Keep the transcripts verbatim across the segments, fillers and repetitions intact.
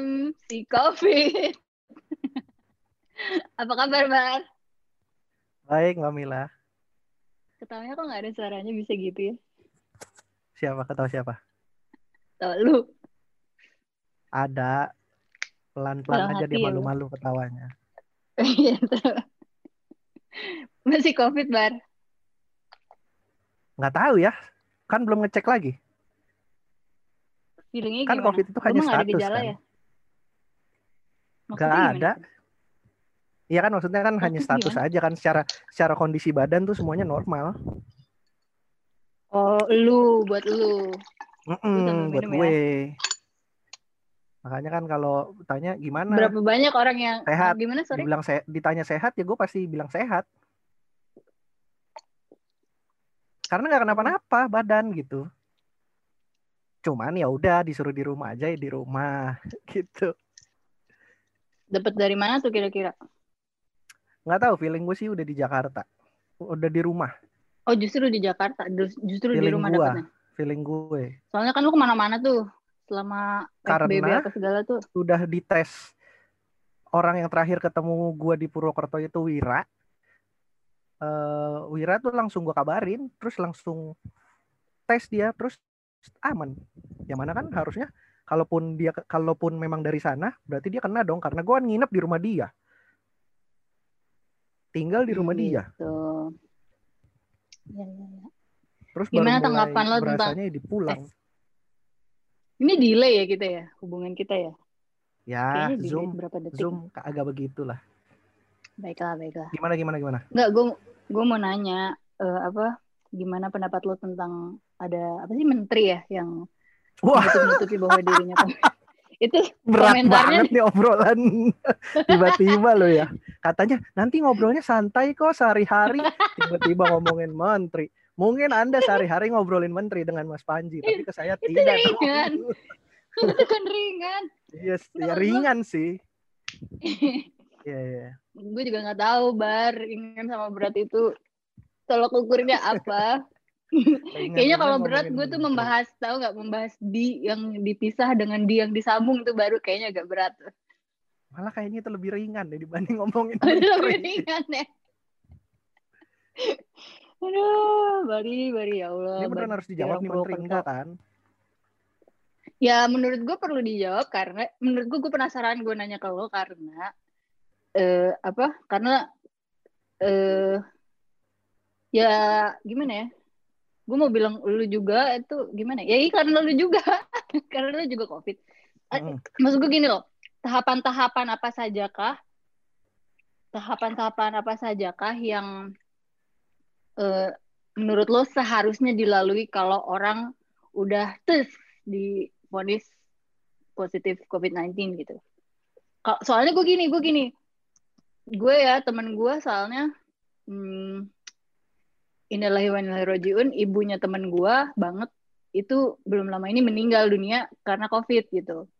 si COVID. Apa kabar, Bar? Baik, Mbak Mila. Ketawanya kok nggak ada suaranya bisa gitu ya? Siapa? Ketawa siapa? Tahu lu. Ada. Pelan-pelan Dalam aja dia hati ya, Bar. malu-malu ketawanya. Masih COVID, Bar? Nggak tahu ya. Kan belum ngecek lagi. Feelingnya Kan gimana? COVID itu Lu hanya mah nggak ada status gejala kan. ya? Nggak Maksudnya gimana? ada. Iya kan maksudnya kan hanya Status status gimana? aja kan. Secara secara kondisi badan tuh semuanya normal. Oh, lu. Buat lu. Lu sambil Mm-mm, buat minum gue. ya. Makanya kan kalau tanya gimana? Berapa banyak orang yang... Sehat. Gimana, sorry? Dibilang se- ditanya sehat ya gue pasti bilang sehat. Karena nggak kenapa-napa badan gitu. Cuman ya udah disuruh di rumah aja ya di rumah gitu. Dapat dari mana tuh kira-kira? Nggak tahu, feeling gue sih udah di Jakarta, udah di rumah. Oh, justru di Jakarta. Justru di Feeling rumah gue, dapatnya. feeling gue. Soalnya kan lu kemana-mana tuh. Selama P S B B Karena apa segala tuh. udah dites. Orang yang terakhir ketemu gue di Purwokerto itu Wira. Uh, Wira tuh langsung gue kabarin, terus langsung tes dia, terus aman. Yang mana kan harusnya kalaupun dia kalaupun memang dari sana, berarti dia kena dong, karena gue kan nginep di rumah dia, tinggal di rumah Hmm, dia. gitu. Ya, ya, ya. Terus Gimana baru mulai tanggapan lo tentang berasanya di pulang. eh, ini delay ya kita ya, hubungan kita ya? Ya, Kayaknya delay Zoom, berapa detik. Zoom agak begitulah. Baiklah, baiklah. Gimana, gimana, gimana? Enggak, gue gue mau nanya uh, apa? Gimana pendapat lo tentang ada apa sih menteri ya yang menutup-nutupi bahwa dirinya itu berat komentarnya banget nih obrolan tiba-tiba lo ya, katanya nanti ngobrolnya santai kok sehari-hari, tiba-tiba ngomongin menteri. Mungkin Anda sehari-hari ngobrolin menteri dengan Mas Panji, tapi ke saya itu tidak ringan. dong. Itu kan ringan. Yes, ya ringan sih. Iya, yeah, iya. Yeah. Gue juga nggak tahu bar ringan sama berat itu tolok ukurnya apa. Kayaknya kalau berat gue tuh membahas, tahu nggak, membahas di yang dipisah dengan di yang disambung tuh baru kayaknya agak berat. Malah kayaknya itu lebih ringan deh dibanding ngomongin oh, menteri. Lebih ringan ya. Aduh, bari bari ya Allah. Ini beneran harus dijawab nih menteri, enggak kan? Ya menurut gue perlu dijawab karena menurut gue gue penasaran, gue nanya ke lo karena eh, apa? Karena eh, ya gimana ya? Gue mau bilang lu juga itu gimana? Ya iya karena lu juga, karena lu juga COVID. Mm. Maksud gue gini loh, tahapan-tahapan apa sajakah, tahapan-tahapan apa sajakah yang uh, menurut lo seharusnya dilalui kalau orang udah tes divonis positif covid sembilan belas gitu. Soalnya gue gini, gue gini, gue ya temen gue soalnya. Hmm, Innalillahi wa inna ilaihi raji'un, ibunya temen gue banget itu belum lama ini meninggal dunia karena COVID gitu.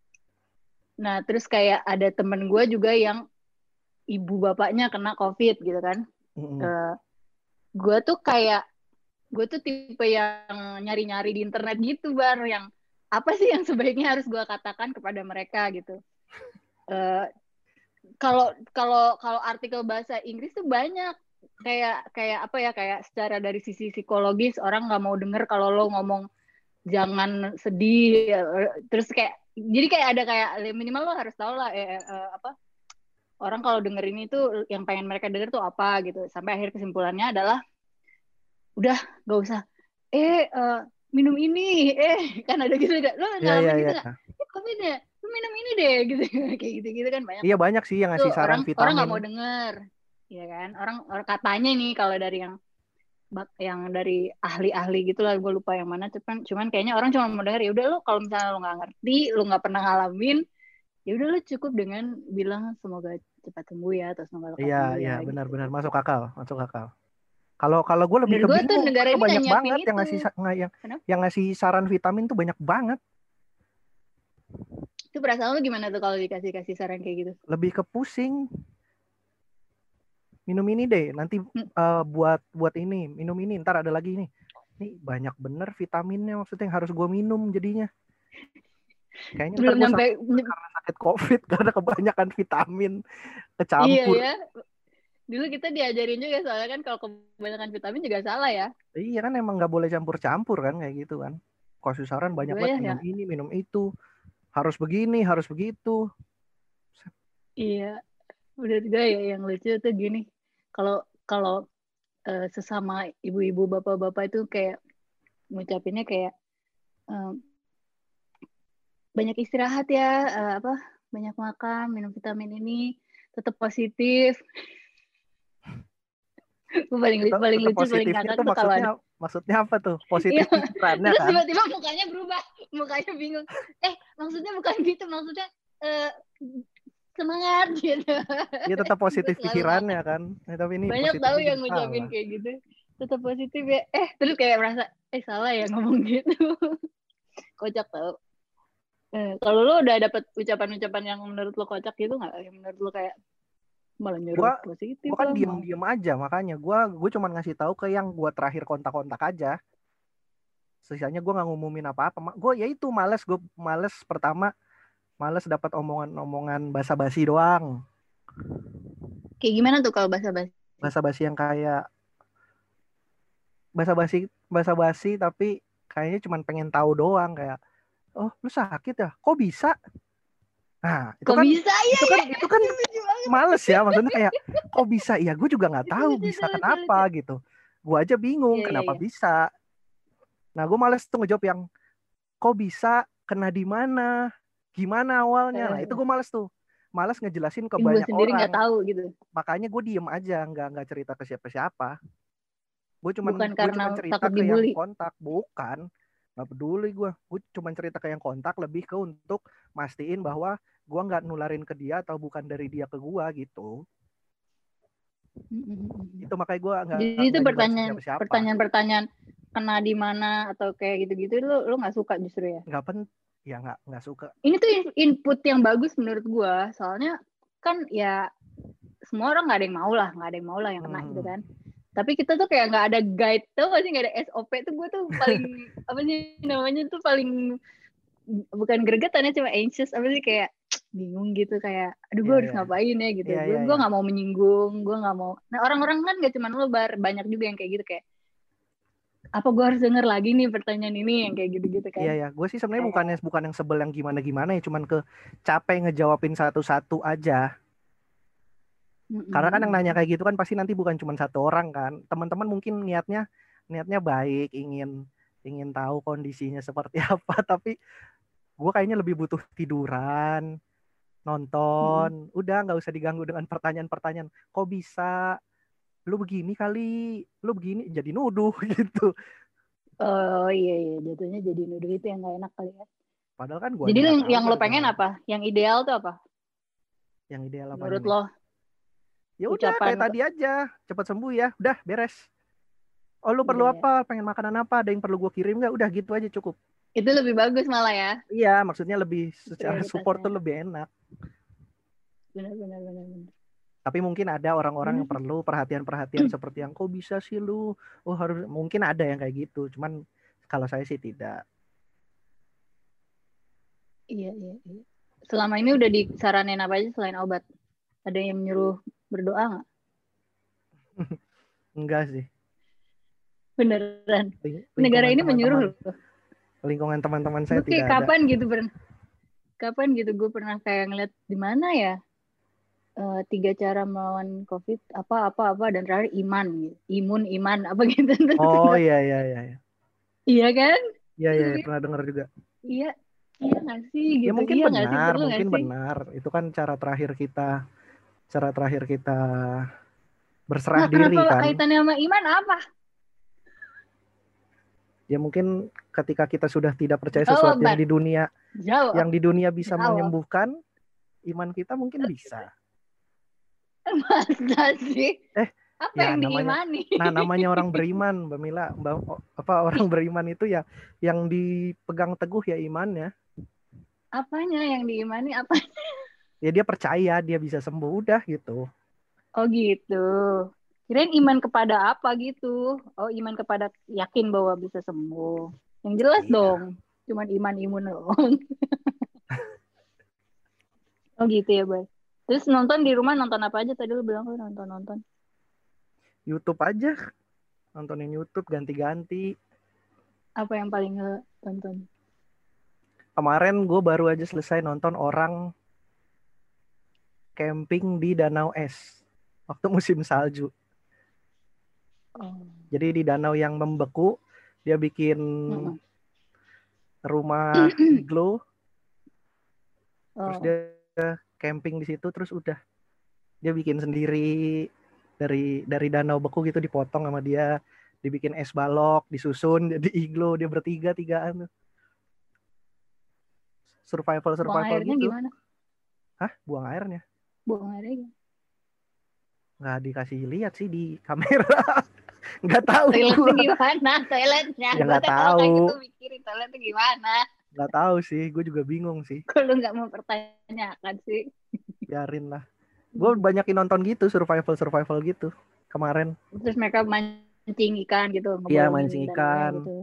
Nah terus kayak ada temen gue juga yang ibu bapaknya kena COVID gitu kan. Mm-hmm. Uh, gue tuh kayak gue tuh tipe yang nyari-nyari di internet gitu bar, yang apa sih yang sebaiknya harus gue katakan kepada mereka gitu. Kalau uh, kalau kalau artikel bahasa Inggris tuh banyak. kayak kayak apa ya kayak secara dari sisi psikologis orang nggak mau denger kalau lo ngomong jangan sedih, terus kayak jadi kayak ada kayak minimal lo harus tahu lah eh, eh, apa orang kalau denger ini tuh yang pengen mereka denger tuh apa gitu, sampai akhir kesimpulannya adalah udah nggak usah eh uh, minum ini eh kan ada gitu gak lo ngalamin yeah, yeah, gitu yeah. nggak eh, covid ya lo minum ini deh gitu kayak gitu gitu kan banyak. Iya banyak sih yang ngasih tuh, saran orang vitamin. orang nggak mau denger. Ya kan, orang, orang katanya nih kalau dari yang yang dari ahli-ahli gitulah, gue lupa yang mana, cuman cuman kayaknya orang cuma mau denger ya udah lo kalau misalnya lo nggak ngerti, lo nggak pernah ngalamin, ya udah lo cukup dengan bilang semoga cepat sembuh ya atau semoga lekas iya, sembuh iya, ya. Iya benar gitu. benar masuk akal, masuk akal. Kalau kalau gue lebih ke bingung, negara ini banyak banget itu. yang ngasih yang, yang ngasih saran vitamin tuh banyak banget. Itu perasaan lo gimana tuh kalau dikasih kasih saran kayak gitu? Lebih ke pusing. Minum ini deh, nanti hmm. uh, buat buat ini, minum ini, ntar ada lagi nih. Nih banyak bener vitaminnya maksudnya yang harus gue minum jadinya. Kayaknya ntar Belum gue nyampe. sakit karena sakit COVID karena kebanyakan vitamin Iya kecampur. ya. Dulu kita diajarin juga soalnya kan kalau kebanyakan vitamin juga salah ya. Iya kan emang nggak boleh campur-campur kan kayak gitu kan. Kasih saran banyak Gue banget ya, ya minum ini, minum itu, harus begini, harus begitu. iya. Menurut gue ya yang lucu tuh gini. Kalau kalau uh, sesama ibu-ibu bapak-bapak itu kayak ngucapinnya kayak um, banyak istirahat ya, uh, apa banyak makan, minum vitamin ini, tetap positif. paling Tetap, paling tetap lucu paling positifnya ngakak tuh tuh kalau maksudnya ada. maksudnya apa tuh? Iya. Positif pikirannya Terus kan? tiba-tiba mukanya berubah, mukanya bingung. Eh maksudnya bukan gitu, maksudnya uh, semangat gitu. Iya tetap Gue positif selalu pikirannya ngakak. kan. Nah, tapi ini Banyak tahu positifnya yang jadi ngucapin salah. kayak gitu, tetap positif ya. Eh terus kayak merasa eh salah ya ngomong gitu. Kocak tau. Eh, kalau lo udah dapet ucapan-ucapan yang menurut lo kocak gitu nggak? Yang menurut lo kayak malah nyuruh Gua positif gua kan lah mau. diem-diem aja makanya gua gue cuma ngasih tahu ke yang gua terakhir kontak-kontak aja. Sisanya gue nggak ngumumin apa-apa. Gue ya itu males, gue males pertama males dapat omongan-omongan basa-basi doang. Kayak gimana tuh kalau basa-basi? Basa-basi yang kayak basa-basi basa-basi tapi kayaknya cuma pengen tahu doang kayak oh lu sakit ya? Kok bisa? Nah, itu Kok kan bisa ya itu kan ya? itu kan Itu lucu banget. males ya maksudnya kayak kok bisa ya? Gue juga nggak Itu tahu lucu, itu bisa lucu, kenapa lucu. gitu. Gue aja bingung Iya, iya, kenapa iya. bisa. Nah, gue males tuh ngejawab yang kok bisa, kena di mana, gimana awalnya. Nah, itu Eh, gue males tuh. Males ngejelasin ke yang gue banyak sendiri nggak orang. tahu gitu. Makanya gue diem aja, nggak nggak cerita ke siapa-siapa. Gue cuman Bukan gue karena cuman cerita takut ke yang dibully. kontak, bukan. Nggak peduli gue. Gue cuman cerita ke yang kontak lebih ke untuk mastiin bahwa gue nggak nularin ke dia atau bukan dari dia ke gue gitu. Itu makanya gue nggak Jadi itu nggak nyebarin pertanyaan siapa-siapa. pertanyaan-pertanyaan kena di mana atau kayak gitu-gitu lo lo nggak suka justru ya. Nggak pen, ya nggak nggak suka. Ini tuh input yang bagus menurut gue, soalnya kan ya semua orang nggak ada yang mau lah, nggak ada yang mau lah yang kena Hmm. gitu kan. Tapi kita tuh kayak nggak ada guide tuh, masih nggak ada S O P tuh. Gue tuh paling apa sih namanya tuh paling bukan gregetan ya, cuma anxious apa sih kayak bingung gitu kayak aduh gue Iya, harus iya. ngapain ya gitu. Iya, Gue iya, gue iya. nggak mau menyinggung, gue nggak mau. Nah orang-orang kan gak cuma lo bar, banyak juga yang kayak gitu kayak apa gue harus denger lagi nih pertanyaan ini yang kayak gitu-gitu kan. Iya ya, gue sih sebenarnya Kayak, bukannya bukan yang sebel yang gimana-gimana ya, cuman ke capek ngejawabin satu-satu aja. mm, Karena kan yang mm, nanya mm. kayak gitu kan pasti nanti bukan cuma satu orang kan. Teman-teman mungkin niatnya niatnya baik, ingin ingin tahu kondisinya seperti apa, tapi gue kayaknya lebih butuh tiduran, nonton, Mm. udah nggak usah diganggu dengan pertanyaan-pertanyaan. Kok bisa? Lu begini kali, lu begini, jadi nuduh gitu. Oh iya iya, jatuhnya jadi nuduh itu yang gak enak kali ya. Padahal kan gue Jadi aja nggak tahu yang lo pengen gara-gara apa? Yang ideal tuh apa? yang ideal apanya Menurut nih. lo Ya udah kayak ucapan tadi aja, cepat sembuh ya, udah beres. Oh lu udah perlu ya. apa? Pengen makanan apa? Ada yang perlu gue kirim nggak? Udah gitu aja cukup. Itu lebih bagus malah ya Iya, maksudnya lebih secara support tuh prioritasnya. lebih enak. Benar benar benar benar. Tapi mungkin ada orang-orang Benar yang sih. perlu perhatian-perhatian seperti yang kok bisa sih lu? Oh harus mungkin ada yang kayak gitu. Cuman kalau saya sih tidak. Iya iya iya. Selama ini udah disaranin apa aja selain obat? Ada yang nyuruh berdoa nggak? Enggak sih. Beneran. Ling- Negara Lingkungan ini menyuruh teman-teman, loh. lingkungan teman-teman saya Gue kayak tidak ada. kapan gitu pernah, kapan gitu gue pernah kayak ngeliat di mana ya uh, tiga cara melawan COVID apa apa apa dan terakhir iman gitu. Imun iman apa gitu. Oh iya iya iya. Iya Iya kan? iya iya ya, pernah dengar juga. Iya, iya nggak sih Ya gitu. mungkin Iya nggak sih, benar, perlu nggak mungkin sih? benar. Itu kan cara terakhir kita, cara terakhir kita berserah Nah, kenapa diri kan. kaitannya sama iman apa? Ya mungkin ketika kita sudah tidak percaya Jawab, sesuatu yang Bar. di dunia yang Jawab. di dunia bisa Jawab. menyembuhkan, iman kita mungkin bisa. Masa sih? Eh, Apa ya yang namanya diimani? nah namanya orang beriman, Mbak Mila, Mbak, apa orang beriman itu ya yang dipegang teguh ya imannya. Apanya yang diimani? Apa? Ya dia percaya dia bisa sembuh udah gitu. Oh gitu. Kirain iman kepada apa gitu. Oh iman kepada yakin bahwa bisa sembuh. Yang jelas Iya. dong. Cuman iman imun dong. Oh gitu ya, Bang. Terus nonton di rumah nonton apa aja tadi lu bilang lu nonton-nonton. YouTube aja, nontonin YouTube ganti-ganti. Apa yang paling lu tonton? Kemarin gue baru aja selesai nonton orang camping di danau es waktu musim salju. Oh. Jadi di danau yang membeku, dia bikin Mm-mm. rumah iglo, terus Oh. dia camping di situ, terus udah dia bikin sendiri dari dari danau beku gitu, dipotong sama dia, dibikin es balok, disusun jadi iglo, dia bertiga tigaan tuh. Survival Buang survival airnya gitu. gimana? Hah, buang airnya? Buang airnya gimana? Nggak dikasih lihat sih di kamera. Nggak tahu Toiletnya gua. gimana? Toiletnya. Ya Gue nggak kalau kayak gitu tahu. mikirin toiletnya gimana. Nggak tahu sih, gue juga bingung sih. Kalau nggak mau pertanyakan sih. Biarin lah. Gue banyakin nonton gitu, survival survival gitu kemarin. Terus mereka mancing ikan gitu, Iya, ngebolongin mancing danaunya ikan, gitu.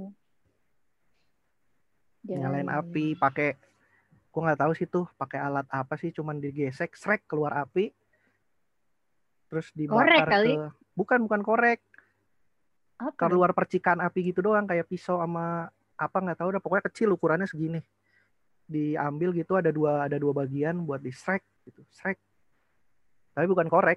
Ya, nyalain ya, api, ya. pakai, gue nggak tahu sih tuh pakai alat apa sih, cuman digesek, srek keluar api, terus Korek dibakar ke, kali. bukan bukan korek, Apa dong? keluar percikan api gitu doang, kayak pisau sama apa nggak tahu, udah pokoknya kecil ukurannya segini, diambil gitu, ada dua ada dua bagian buat di srek gitu, srek, tapi bukan korek.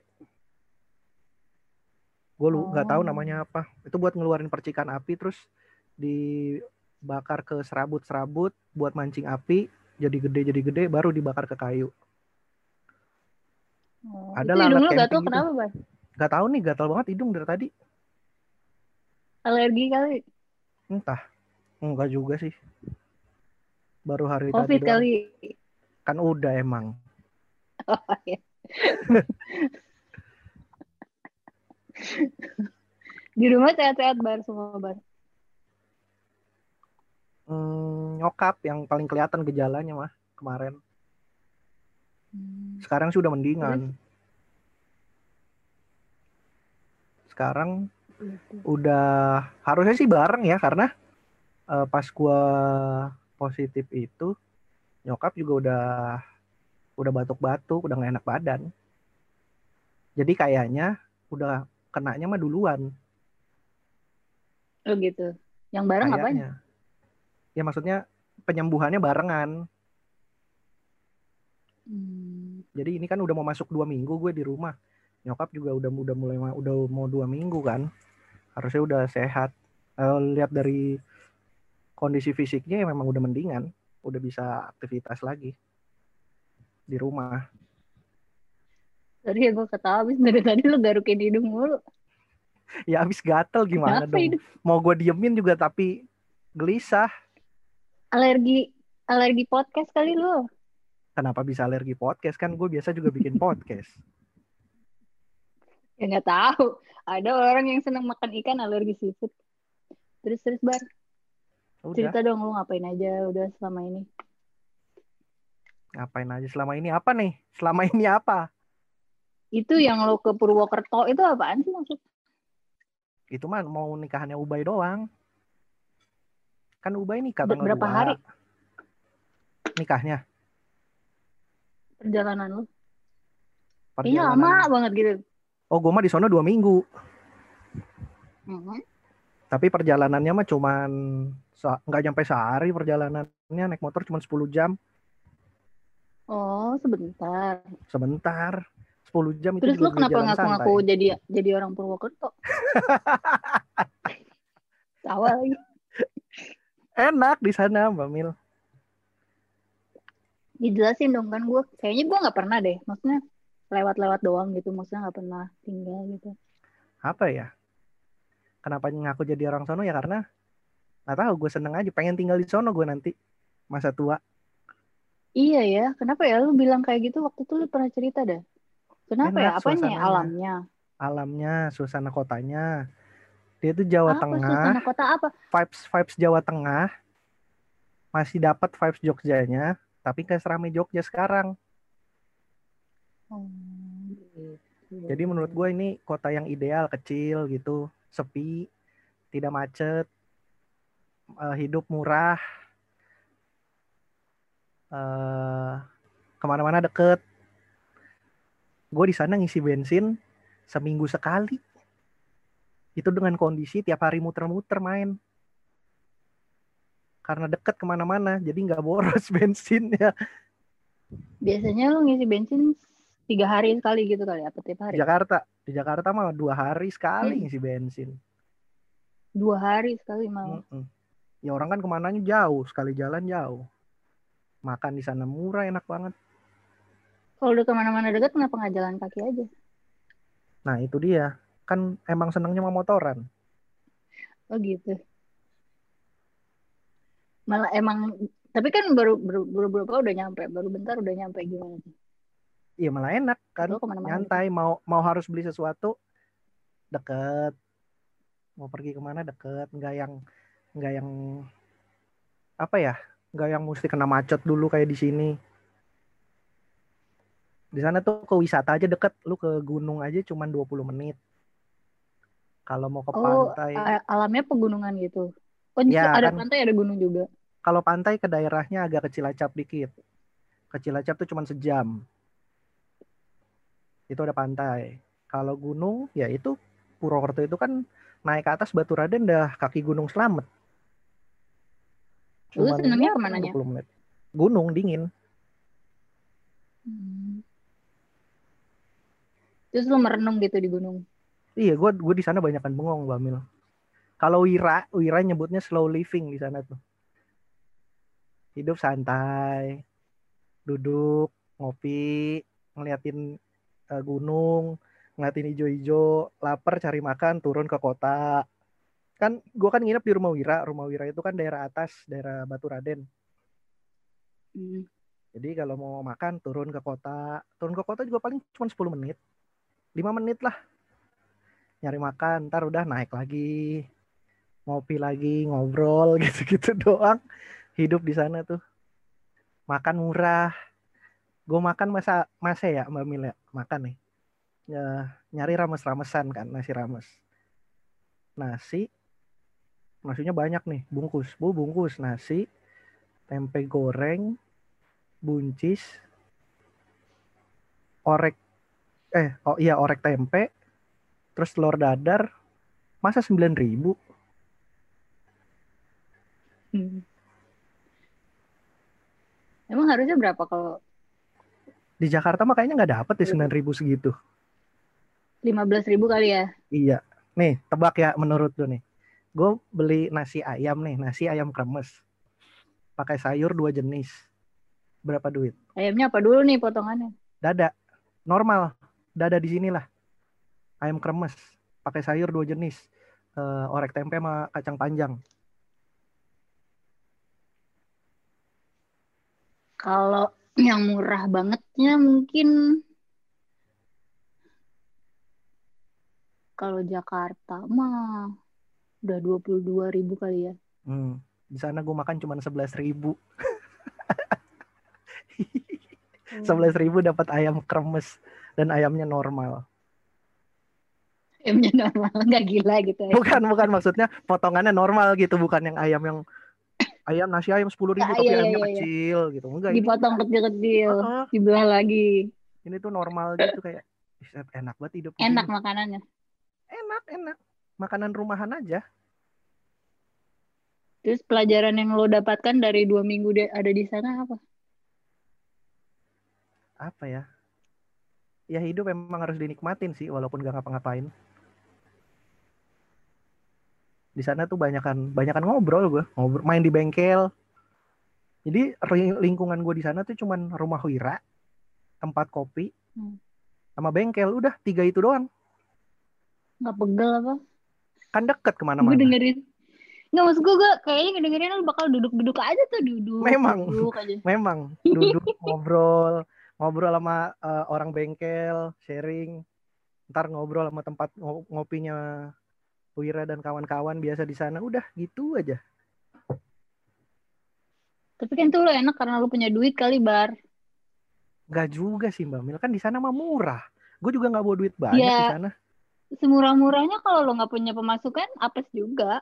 Gue lu nggak tahu Oh. namanya apa, itu buat ngeluarin percikan api, terus dibakar ke serabut-serabut buat mancing api, jadi gede jadi gede baru dibakar ke kayu. Oh. Ada Itu lah hidung alat lu gatel camping gitu. kenapa, Bang? Gak tahu nih, gatal banget hidung dari tadi. Alergi kali. Entah, enggak juga sih, baru hari tadi Covid doang. kali. Kan udah emang. Oh, ya. Di rumah sehat-sehat bar semua bar. Hmm, nyokap yang paling kelihatan gejalanya mah kemarin. Hmm. Sekarang sih udah Terus mendingan. Sekarang gitu. udah harusnya sih bareng ya, karena uh, pas gua positif itu nyokap juga udah udah batuk-batuk, udah nggak enak badan. Jadi kayaknya udah kenanya mah duluan. Oh gitu. Yang bareng apanya? Kayaknya. Ya maksudnya penyembuhannya barengan. Hmm. Jadi ini kan udah mau masuk dua minggu gue di rumah. Nyokap juga udah udah mulai udah mau dua minggu kan. Harusnya udah sehat. Uh, lihat dari kondisi fisiknya ya memang udah mendingan. Udah bisa aktivitas lagi di rumah. Tadi ya gue ketawa abis dari tadi lu garukin hidung mulu. Ya habis gatel gimana Kenapa dong. hidung? Mau gue diemin juga tapi gelisah. Alergi alergi podcast kali lu. Kenapa bisa alergi podcast, kan gue biasa juga bikin podcast. Ya nggak tahu. Ada orang yang senang makan ikan alergi seafood. Terus terus bar. Udah, Cerita dong lu ngapain aja udah selama ini. ngapain aja selama ini, apa nih? Selama ini apa? Itu yang lo ke Purwokerto itu apaan sih maksud? Itu mah mau nikahannya Ubay doang. Kan Ubay nikah Ber- tanggal Berapa dua hari nikahnya. perjalanan lu? Kayaknya lama Perjalanan. banget gitu. Oh, gue mah di sono dua minggu. Mhm. Tapi perjalanannya mah cuman nggak nyampe sehari perjalanannya, naik motor cuma sepuluh jam. Oh, sebentar. Sebentar. sepuluh jam itu Terus juga lu juga kenapa jalan ngaku-ngaku santai. jadi jadi orang Purwokerto? Tawa lagi. Enak di sana, Mbak Mil. Dijelasin dong kan gue. Kayaknya gue nggak pernah deh. Maksudnya lewat-lewat doang gitu. Maksudnya nggak pernah tinggal gitu. Apa ya? Kenapa ngaku jadi orang sono ya, karena nggak tahu, gue seneng aja, pengen tinggal di sono gue nanti masa tua. Iya ya. Kenapa ya lu bilang kayak gitu waktu itu lu pernah cerita dah. Kenapa ya? Enak Apanya ya? suasananya, Alamnya. alamnya, suasana kotanya. Dia tuh Jawa Apa Tengah, suasana kota apa? vibes vibes Jawa Tengah, masih dapat vibes Jogjanya, tapi nggak seramai Jogja sekarang. Oh, Jadi menurut gitu. gue ini kota yang ideal, kecil gitu, sepi, tidak macet, uh, hidup murah, uh, kemana-mana deket. Gue di sana ngisi bensin seminggu sekali. Itu dengan kondisi tiap hari muter-muter main. Karena deket kemana-mana, jadi nggak boros bensinnya. Biasanya lu ngisi bensin tiga hari sekali gitu kali, apa tiap hari? Jakarta, di Jakarta mah dua hari sekali Hmm. ngisi bensin. Dua hari sekali malah. Mm-mm. Ya orang kan kemananya jauh, sekali jalan jauh. Makan di sana murah, enak banget. Kalau udah kemana-mana dekat, kenapa nggak jalan kaki aja? Nah itu dia, kan emang senangnya mau motoran. Oh gitu. Malah emang, tapi kan baru baru baru berapa udah nyampe, baru bentar udah nyampe gimana sih? Iya malah enak kan, Atau kemana-mana gitu? nyantai. Mau mau harus beli sesuatu deket, mau pergi kemana deket, nggak yang nggak yang apa ya, nggak yang mesti kena macet dulu kayak di sini. Di sana tuh ke wisata aja deket, lu ke gunung aja cuman dua puluh menit. Kalau mau ke Oh, pantai, a- alamnya pegunungan gitu. Oh, justru ya ada kan pantai, ada gunung juga. kalau pantai ke daerahnya agak ke Cilacap dikit. Ke Cilacap tuh cuman sejam. Itu ada pantai. Kalau gunung, ya itu Purwokerto itu kan naik ke atas Baturaden dah kaki Gunung Slamet. Lu Cuman senengnya ya paling kemananya? dua puluh menit. Gunung dingin. Hmm. Terus lu merenung gitu di gunung. Iya, gue gue di sana banyakan bengong, Bamil. Kalau Wira, Wira nyebutnya slow living di sana tuh. Hidup santai, duduk, ngopi, ngeliatin uh, gunung, ngeliatin hijau-hijau, lapar cari makan, turun ke kota. Kan gue kan nginep di rumah Wira. Rumah Wira itu kan daerah atas, daerah Baturaden. Hmm. Jadi kalau mau makan turun ke kota, turun ke kota juga paling cuma sepuluh menit, lima menit lah nyari makan, ntar udah naik lagi, ngopi lagi, ngobrol gitu-gitu doang. Hidup di sana tuh makan murah. Gue makan masa masa ya Mbak Mil ya, makan nih. Ya, nyari rames-ramesan kan, nasi rames. Nasi, nasinya banyak nih, bungkus. Bu, bungkus nasi, tempe goreng, buncis, orek eh oh iya orek tempe, terus telur dadar, masa sembilan ribu. Hmm. Emang harusnya berapa kalau Di Jakarta mah kayaknya nggak dapet di sembilan ribu segitu. lima belas ribu kali ya? Iya. Nih, tebak ya menurut lu nih. Gue beli nasi ayam nih, nasi ayam kremes. Pakai sayur dua jenis. Berapa duit? Ayamnya apa dulu nih potongannya? Dada. Normal. Dada di sinilah. Ayam kremes. Pakai sayur dua jenis. Uh, orek tempe sama kacang panjang. Kalau yang murah bangetnya mungkin kalau Jakarta mah udah dua puluh dua ribu kali ya. Hmm. Di sana gue makan cuma sebelas ribu. sebelas Hmm. ribu dapat ayam kremes. Dan ayamnya normal. Ayamnya normal, nggak gila gitu Bukan, ayamnya. bukan maksudnya potongannya normal gitu. Bukan yang ayam yang ayam nasi ayam sepuluh Ya, ribu iya, tapi iya, ayamnya iya, iya. kecil gitu. Enggak, ini Dipotong enggak. kecil-kecil, Uh-uh. dibelah lagi. Ini tuh normal gitu kayak enak banget hidup di Enak sini. makanannya. Enak, enak. Makanan rumahan aja. Terus pelajaran yang lo dapatkan dari dua minggu de- ada di sana apa? Apa ya? Ya hidup emang harus dinikmatin sih walaupun gak ngapa-ngapain. Di sana tuh banyakan banyakan ngobrol gue, ngobrol, main di bengkel. Jadi lingkungan gue di sana tuh cuman rumah Wira, tempat kopi, Hmm. sama bengkel. Udah tiga itu doang. Nggak pegel apa? Kan deket Gue kemana-mana. dengerin. Nggak, maksud gue, gue kayaknya ngedengerin lo bakal duduk-duduk aja tuh. Duduk, Memang, duduk aja. memang duduk ngobrol, ngobrol sama uh, orang bengkel, sharing. Ntar ngobrol sama tempat ngopinya Wira dan kawan-kawan biasa di sana. Udah gitu aja. Tapi kan tuh lo enak karena lo punya duit kali, Bar. Gak juga sih Mbak Mil. Kan di sana mah murah. Gue juga gak bawa duit banyak di Ya, sana. semurah-murahnya kalau lo nggak punya pemasukan, apes juga.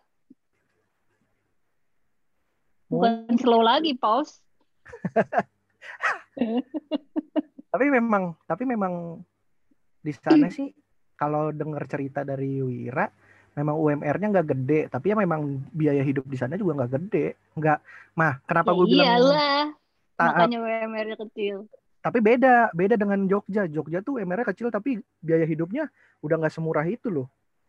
Mungkin Bukan slow lagi, pause. Tapi memang, tapi memang di sana sih kalau dengar cerita dari Wira, memang U M R-nya nggak gede, tapi ya memang biaya hidup di sana juga nggak gede, nggak. Mah, kenapa Ya gue bilang iyalah, ta- makanya W M R-nya kecil. tapi beda, beda dengan Jogja. Jogja tuh U M R-nya kecil, tapi biaya hidupnya udah nggak semurah itu loh.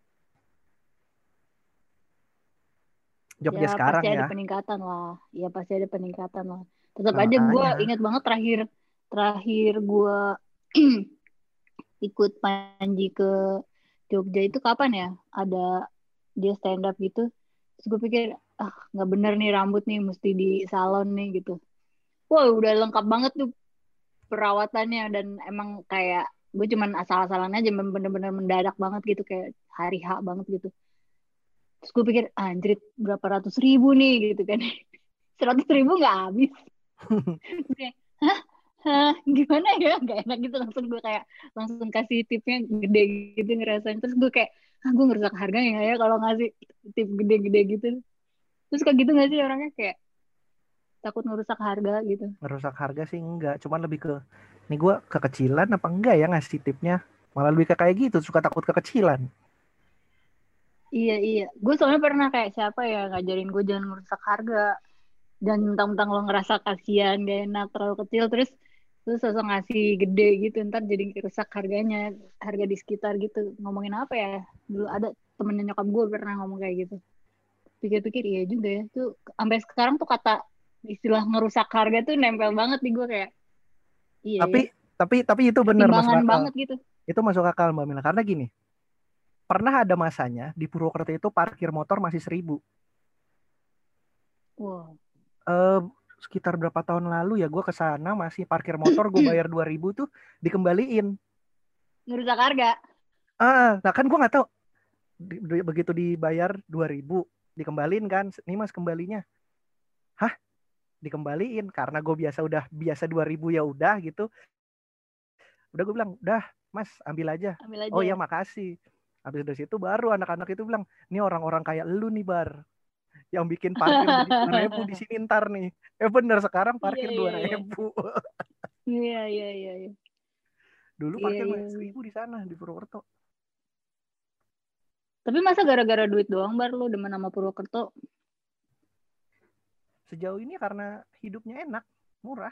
Jogja Ya pasti sekarang ada ya, peningkatan lah. Ya pasti ada peningkatan lah. Tetap nah, aja gue makanya. ingat banget terakhir terakhir gue ikut Panji ke Jogja itu kapan ya? Ada dia stand up gitu. Terus gue pikir, ah nggak bener nih rambut nih, mesti di salon nih gitu. Wah udah lengkap banget tuh perawatannya dan emang kayak gue cuman asal-asalan aja bener-bener mendadak banget gitu kayak hari H banget gitu. Terus gue pikir anjrit berapa ratus ribu nih gitu kan. Seratus ribu nggak habis. Terus kayak, hah? Hah? Gimana ya? Gak enak gitu langsung gue kayak langsung kasih tipnya gede gitu ngerasain. Terus gue kayak, ah gue ngerusak harganya nggak ya kalau ngasih tip gede-gede gitu. Terus kayak gitu nggak sih orangnya kayak takut ngerusak harga gitu. Merusak harga sih enggak, cuman lebih ke nih gue kekecilan apa enggak ya ngasih tipnya, malah lebih ke kayak gitu, suka takut kekecilan. Iya, iya. Gue soalnya pernah kayak siapa ya ngajarin gue jangan ngerusak harga. Dan mentang-mentang lo ngerasa kasihan, gak enak, terlalu kecil, terus terus sosok ngasih gede gitu, ntar jadi rusak harganya, harga di sekitar gitu. Ngomongin apa ya? Dulu ada temennya nyokap gue pernah ngomong kayak gitu. Pikir-pikir iya juga ya. Tuh sampai sekarang tuh kata istilah ngerusak harga tuh nempel banget di gue kayak iya ya. Tapi tapi tapi itu benar masuk Pertimbangan akal. banget gitu. Itu masuk akal Mbak Mila, karena gini, pernah ada masanya di Purwokerto itu parkir motor masih seribu. Wow. Eh, sekitar berapa tahun lalu ya gue ke sana masih parkir motor gue bayar dua ribu tuh dikembaliin. Ngerusak harga. Ah, nah kan gue nggak tahu di- di- begitu dibayar dua ribu dikembaliin kan, ini mas kembalinya. Hah, dikembaliin karena gue biasa udah biasa dua ribu ya udah gitu. Udah gue bilang, "Udah, Mas, ambil aja." Ambil Oh ya, aja. makasih. Habis dari situ baru anak-anak itu bilang, "Ini orang-orang kayak lu nih, Bar, yang bikin parkir jadi dua ribu di sini ntar nih." Eh bener, sekarang Iya, parkir iya, dua iya. ribu. Iya, iya, iya, iya. Dulu Iya, parkir iya, masih iya. seribu di sana di Purwokerto. Tapi masa gara-gara duit doang bar lu demen sama Purwokerto? Sejauh ini karena hidupnya enak, murah.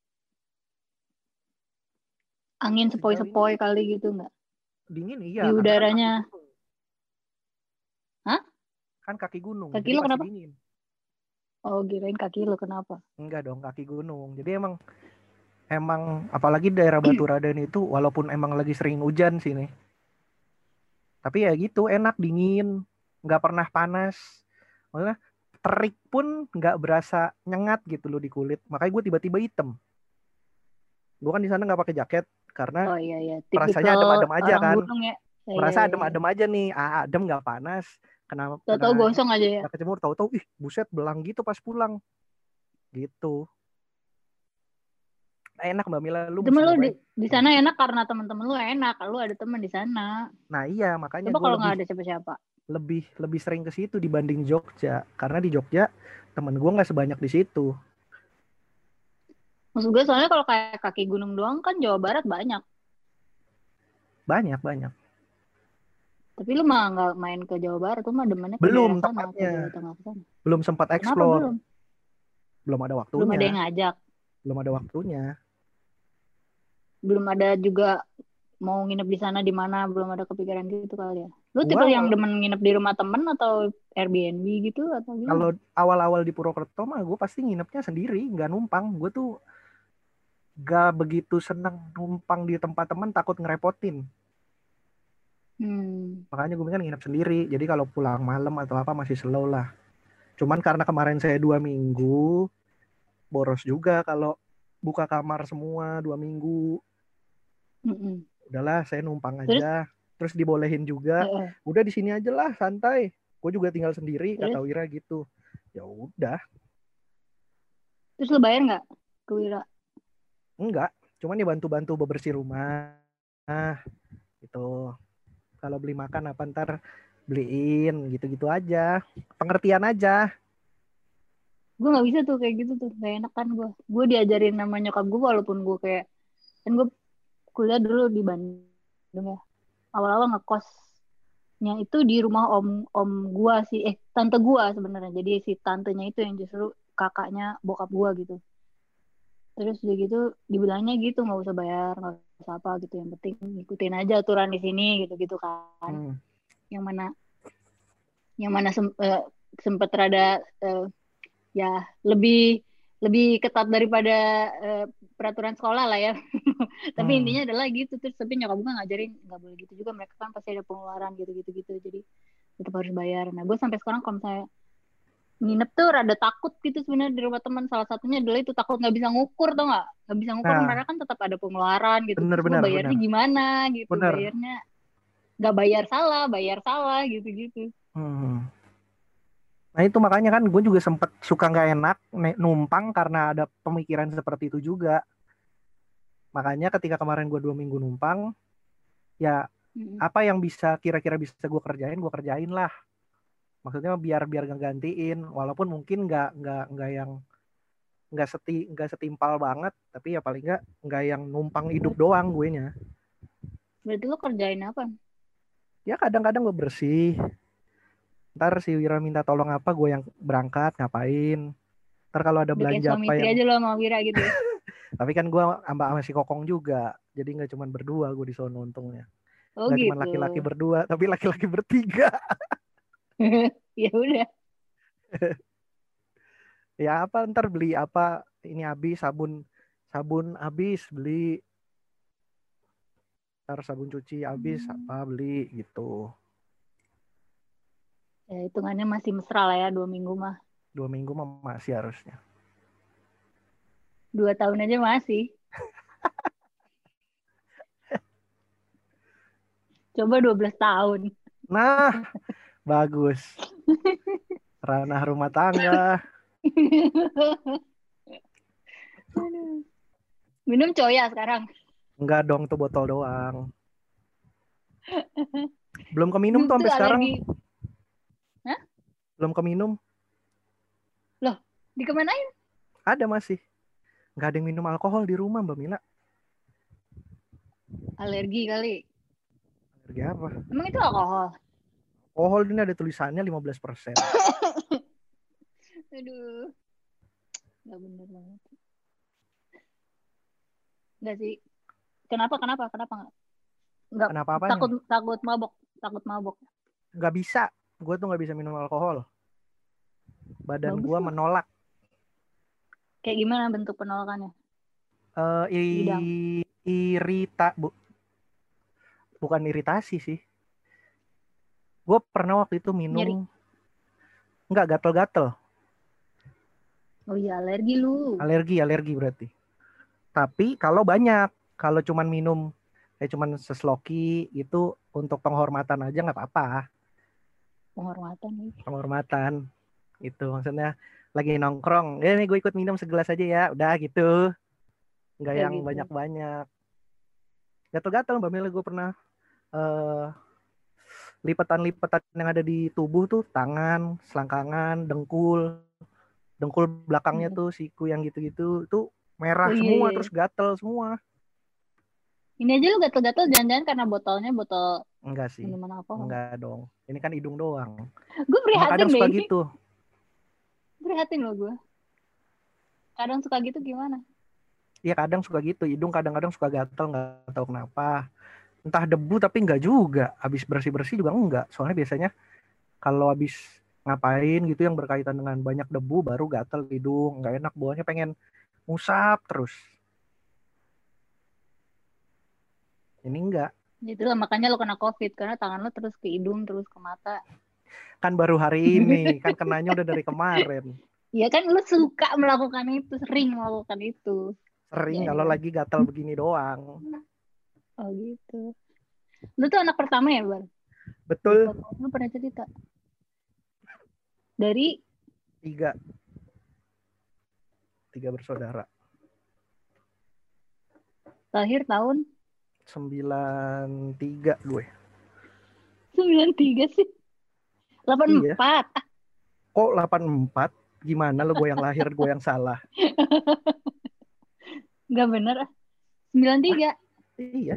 Angin Sejauh ini sepoi-sepoi sih kali gitu nggak? dingin iya, Di karena kan kaki udaranya. gunung. Hah? Kan kaki gunung, Kaki jadi lu pasti kenapa? dingin. Oh, kirain kaki lu kenapa? Enggak dong, kaki gunung. Jadi emang emang apalagi daerah Baturaden itu walaupun emang lagi sering hujan sini. Tapi ya gitu, enak, dingin, nggak pernah panas. Maksudnya terik pun nggak berasa nyengat gitu loh di kulit. Makanya gue tiba-tiba hitam. Gue kan di sana nggak pakai jaket karena Oh iya iya, rasanya tipikal adem-adem aja orang kan. gunung ya. Ya iya Merasa iya iya. adem-adem aja nih, ah, adem nggak panas. Kena kena Tahu-tahu gosong aja ya. kena kecemur, tahu-tahu ih buset belang gitu pas pulang gitu. Enak Mbak Mila, lu Itu mesti mah lu di, nyobain. di sana enak karena teman-teman lu enak. Lu ada teman di sana. Nah iya, makanya Coba gue kalau lebih nggak ada siapa-siapa. lebih lebih sering ke situ dibanding Jogja, karena di Jogja temen gue nggak sebanyak di situ. Maksud gue soalnya kalau kayak kaki gunung doang kan Jawa Barat banyak. Banyak banyak. Tapi lu mah nggak main ke Jawa Barat, lu mah demennya ke Belum daerah sana, ke tepatnya, Jawa Tengah ke sana. belum sempat Kenapa explore, belum? belum ada Belum waktunya, ada yang ngajak. belum ada waktunya. Belum ada juga mau nginep di sana di mana, belum ada kepikiran gitu kali ya. Lu tipe Gua yang awal demen nginep di rumah temen atau Airbnb gitu atau gimana? kalau awal-awal di Purwokerto mah gue pasti nginepnya sendiri, nggak numpang. Gue tuh gak begitu seneng numpang di tempat teman, takut ngerepotin. Hmm. Makanya gue kan nginep sendiri. Jadi kalau pulang malam atau apa masih slow lah. Cuman karena kemarin saya dua minggu, boros juga kalau buka kamar semua dua minggu. Mm-mm. Udahlah, saya numpang Terus, aja. Terus dibolehin juga. eh, eh. Udah di sini aja lah, santai. Gue juga tinggal sendiri, kata Terus, Wira gitu. Ya udah, terus lu bayar nggak ke Wira? enggak. Cuman ya bantu-bantu bebersih rumah. Nah, itu. Kalau beli makan apa ntar beliin gitu-gitu aja. Pengertian aja. Gue nggak bisa tuh kayak gitu tuh, gak enak kan gue. Gue diajarin nama nyokap gue walaupun gue kayak, kan gue kuliah dulu di Bandung ya. Awal-awal ngekosnya itu di rumah om om gue sih, eh tante gue sebenarnya. Jadi si tantenya itu yang justru kakaknya bokap gue gitu. Terus udah gitu dibilangnya gitu nggak usah bayar, nggak usah apa gitu. Yang penting ikutin aja aturan di sini gitu-gitu kan. Hmm. Yang mana yang mana sem, eh, sempet rada eh, ya lebih lebih ketat daripada eh, peraturan sekolah lah ya. Tapi Hmm. intinya adalah gitu. Terus tapi nyokap gue ngajarin nggak boleh gitu juga. Mereka kan pasti ada pengeluaran gitu-gitu gitu. Jadi tetap harus bayar. Nah gue sampai sekarang kalau misalnya nginep tuh rada takut gitu sebenarnya di rumah teman. Salah satunya adalah itu takut nggak bisa ngukur tau nggak? Nggak bisa ngukur Nah, mereka kan tetap ada pengeluaran gitu. bener Terus gue bener bayarnya bener gimana gitu? bener. Bayarnya nggak bayar salah, bayar salah gitu-gitu. Hmm. Nah itu makanya kan gue juga sempet suka nggak enak ne- numpang karena ada pemikiran seperti itu juga. Makanya ketika kemarin gue dua minggu numpang, ya Mm-mm. apa yang bisa kira-kira bisa gue kerjain, gue kerjain lah. Maksudnya biar biar ngegantiin, walaupun mungkin nggak nggak nggak yang nggak seti nggak setimpal banget, tapi ya paling nggak nggak yang numpang hidup Ber- doang gue nya. Berarti lo kerjain apa? Ya kadang-kadang gue bersih. Ntar si Wira minta tolong apa, gue yang berangkat ngapain. Ntar kalau ada Udah kayak belanja suami apa istri yang, aja lo sama Wira gitu ya. tapi kan gue sama sama si Kokong juga, jadi nggak cuma berdua gue di sono untungnya. Oh Nggak cuma gitu. laki-laki berdua, tapi laki-laki bertiga. Ya udah. Ya apa ntar beli apa, ini habis sabun, sabun habis beli, ntar sabun cuci habis apa Hmm. beli gitu. Ya hitungannya masih mesra lah ya dua minggu mah. Dua minggu mah masih harusnya. Dua tahun aja masih. Coba dua belas tahun. Nah, bagus. Ranah rumah tangga. Aduh. Minum coya sekarang. Enggak dong, tuh botol doang. Belum keminum tuh Itu sampai sekarang. alergi. Hah? Belum keminum. Loh, dikemanain? Ada masih. Nggak ada yang minum alkohol di rumah, Mbak Mila. Alergi kali. Alergi apa? Emang itu alkohol? Alkohol ini ada tulisannya lima belas persen. Aduh, nggak bener banget. Nggak sih. Kenapa? Kenapa? Kenapa nggak? Nggak Kenapa apanya? takut takut mabok, takut mabok. Nggak bisa. Gue tuh nggak bisa minum alkohol. Badan Bagus gue lah. menolak. Kayak gimana bentuk penolakannya? Uh, Lidang. irita, bu, bukan iritasi sih. Gue pernah waktu itu Nyeri. minum, nggak gatel-gatel. Oh iya, alergi lu. Alergi, alergi berarti. Tapi kalau banyak, kalau cuman minum kayak cuman sesloki itu untuk penghormatan aja nggak apa-apa. Penghormatan nih. Penghormatan itu maksudnya lagi nongkrong, ya nih gue ikut minum segelas aja ya, udah gitu, nggak Kayak yang gitu. banyak-banyak. Gatel-gatel Mbak Mila, gue pernah uh, lipetan-lipetan yang ada di tubuh tuh, tangan, selangkangan, dengkul, dengkul belakangnya tuh siku yang gitu-gitu tuh merah Oh iya semua, iya, iya. terus gatel semua. Ini aja lu gatel-gatel jangan-jangan karena botolnya botol Enggak sih, minuman alkohol. enggak dong, ini kan hidung doang. Gue Cuma prihatin kadang deh suka ini. gitu. Prihatin loh gue. Kadang suka gitu gimana? Iya kadang suka gitu, hidung kadang-kadang suka gatel, nggak tahu kenapa. Entah debu tapi nggak juga. Habis bersih-bersih juga enggak. Soalnya biasanya kalau habis ngapain gitu yang berkaitan dengan banyak debu baru gatel hidung, nggak enak, bawahnya pengen ngusap terus. Ini enggak. Itulah makanya lo kena COVID karena tangan lo terus ke hidung terus ke mata. Kan baru hari ini, kan kenanya udah dari kemarin. Iya kan lo suka melakukan itu, sering melakukan itu. Sering kalau Jadinya. lagi gatel begini doang. Oh gitu. Lu tuh anak pertama ya, Bar? Lupa, Betul. lu pernah cerita. Dari Tiga. Tiga bersaudara. lahir tahun sembilan tiga gue. sembilan tiga sih. delapan Iya. empat. Kok delapan empat? Gimana lo, gue yang lahir, gue yang salah. Nggak bener ah. sembilan puluh tiga. Iya.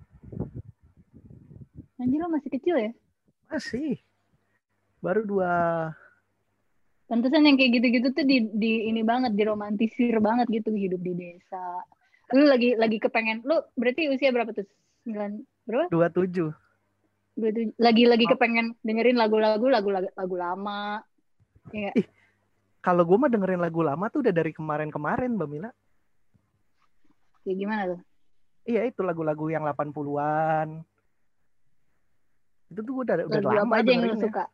Anjir lo masih kecil ya? Masih. Baru dua. Pantesan yang kayak gitu-gitu tuh di, di ini banget, diromantisir banget gitu hidup di desa. Lu lagi lagi kepengen, lu berarti usia berapa tuh? sembilan berapa? Dua tujuh. Lagi lagi kepengen dengerin lagu-lagu lagu lagu, lagu lama. Ya. Ih, kalau gue mah dengerin lagu lama tuh udah dari kemarin-kemarin, Mbak Mila. Kayak gimana tuh? Iya, itu lagu-lagu yang delapan puluhan. Itu tuh udah udah Lagu lama apa aja yang lu dengerinnya. suka?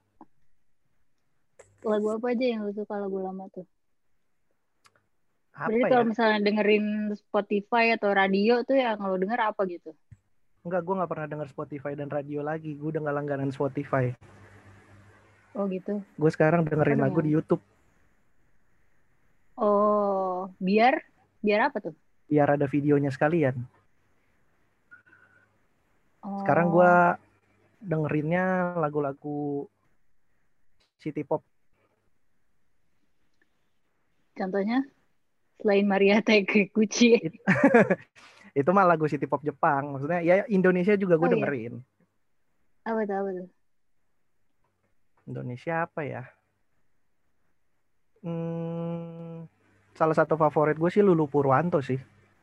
Lagu apa aja yang lu suka lagu lama tuh? Apa Berarti ya? kalau misalnya dengerin Spotify atau radio tuh yang lo denger apa gitu? Enggak, gue nggak pernah denger Spotify dan radio lagi. Gue udah nggak langganan Spotify. Oh gitu. Gue sekarang dengerin Aduh, lagu yang... di YouTube. Oh, biar biar apa tuh? Biar ada videonya sekalian. Oh. Sekarang gue dengerinnya lagu-lagu city pop. Contohnya selain Maria Takeuchi. Itu mah lagu city pop Jepang. Maksudnya ya Indonesia juga gue Oh, dengerin. Iya. Apa tuh, apa tuh? Indonesia apa ya? Hmm, salah satu favorit gue sih Lulu Purwanto sih.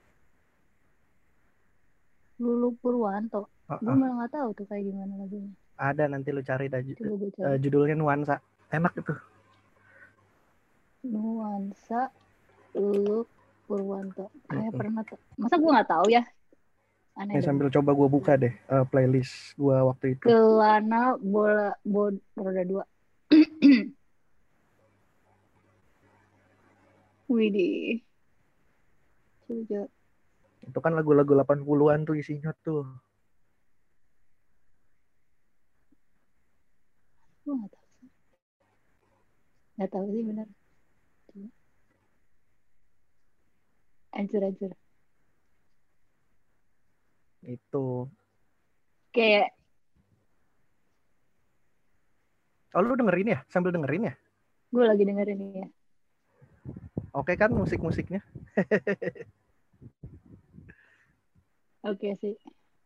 Lulu Purwanto. Uh-uh. Gue malah nggak tahu tuh kayak gimana lagunya. Ada, nanti lu cari dah. Coba gue cari. Uh, judulnya Nuansa. Enak itu. Nuansa Lulu Purwanto. Kayak uh-uh. pernah tuh. Masa gue nggak tahu ya? Aneh. Nih, sambil coba gue buka deh uh, playlist gue waktu itu. Kelana bola bod roda dua. Widih. Coba. Itu kan lagu-lagu delapan puluhan tuh isinya tuh. Gue nggak tahu sih. Nggak tahu sih benar. Ancur-ancur. Itu. Kayak. Oh, lu dengerin ya? Sambil dengerin ya? Gue lagi dengerin ini ya. Oke kan musik-musiknya? Oke sih.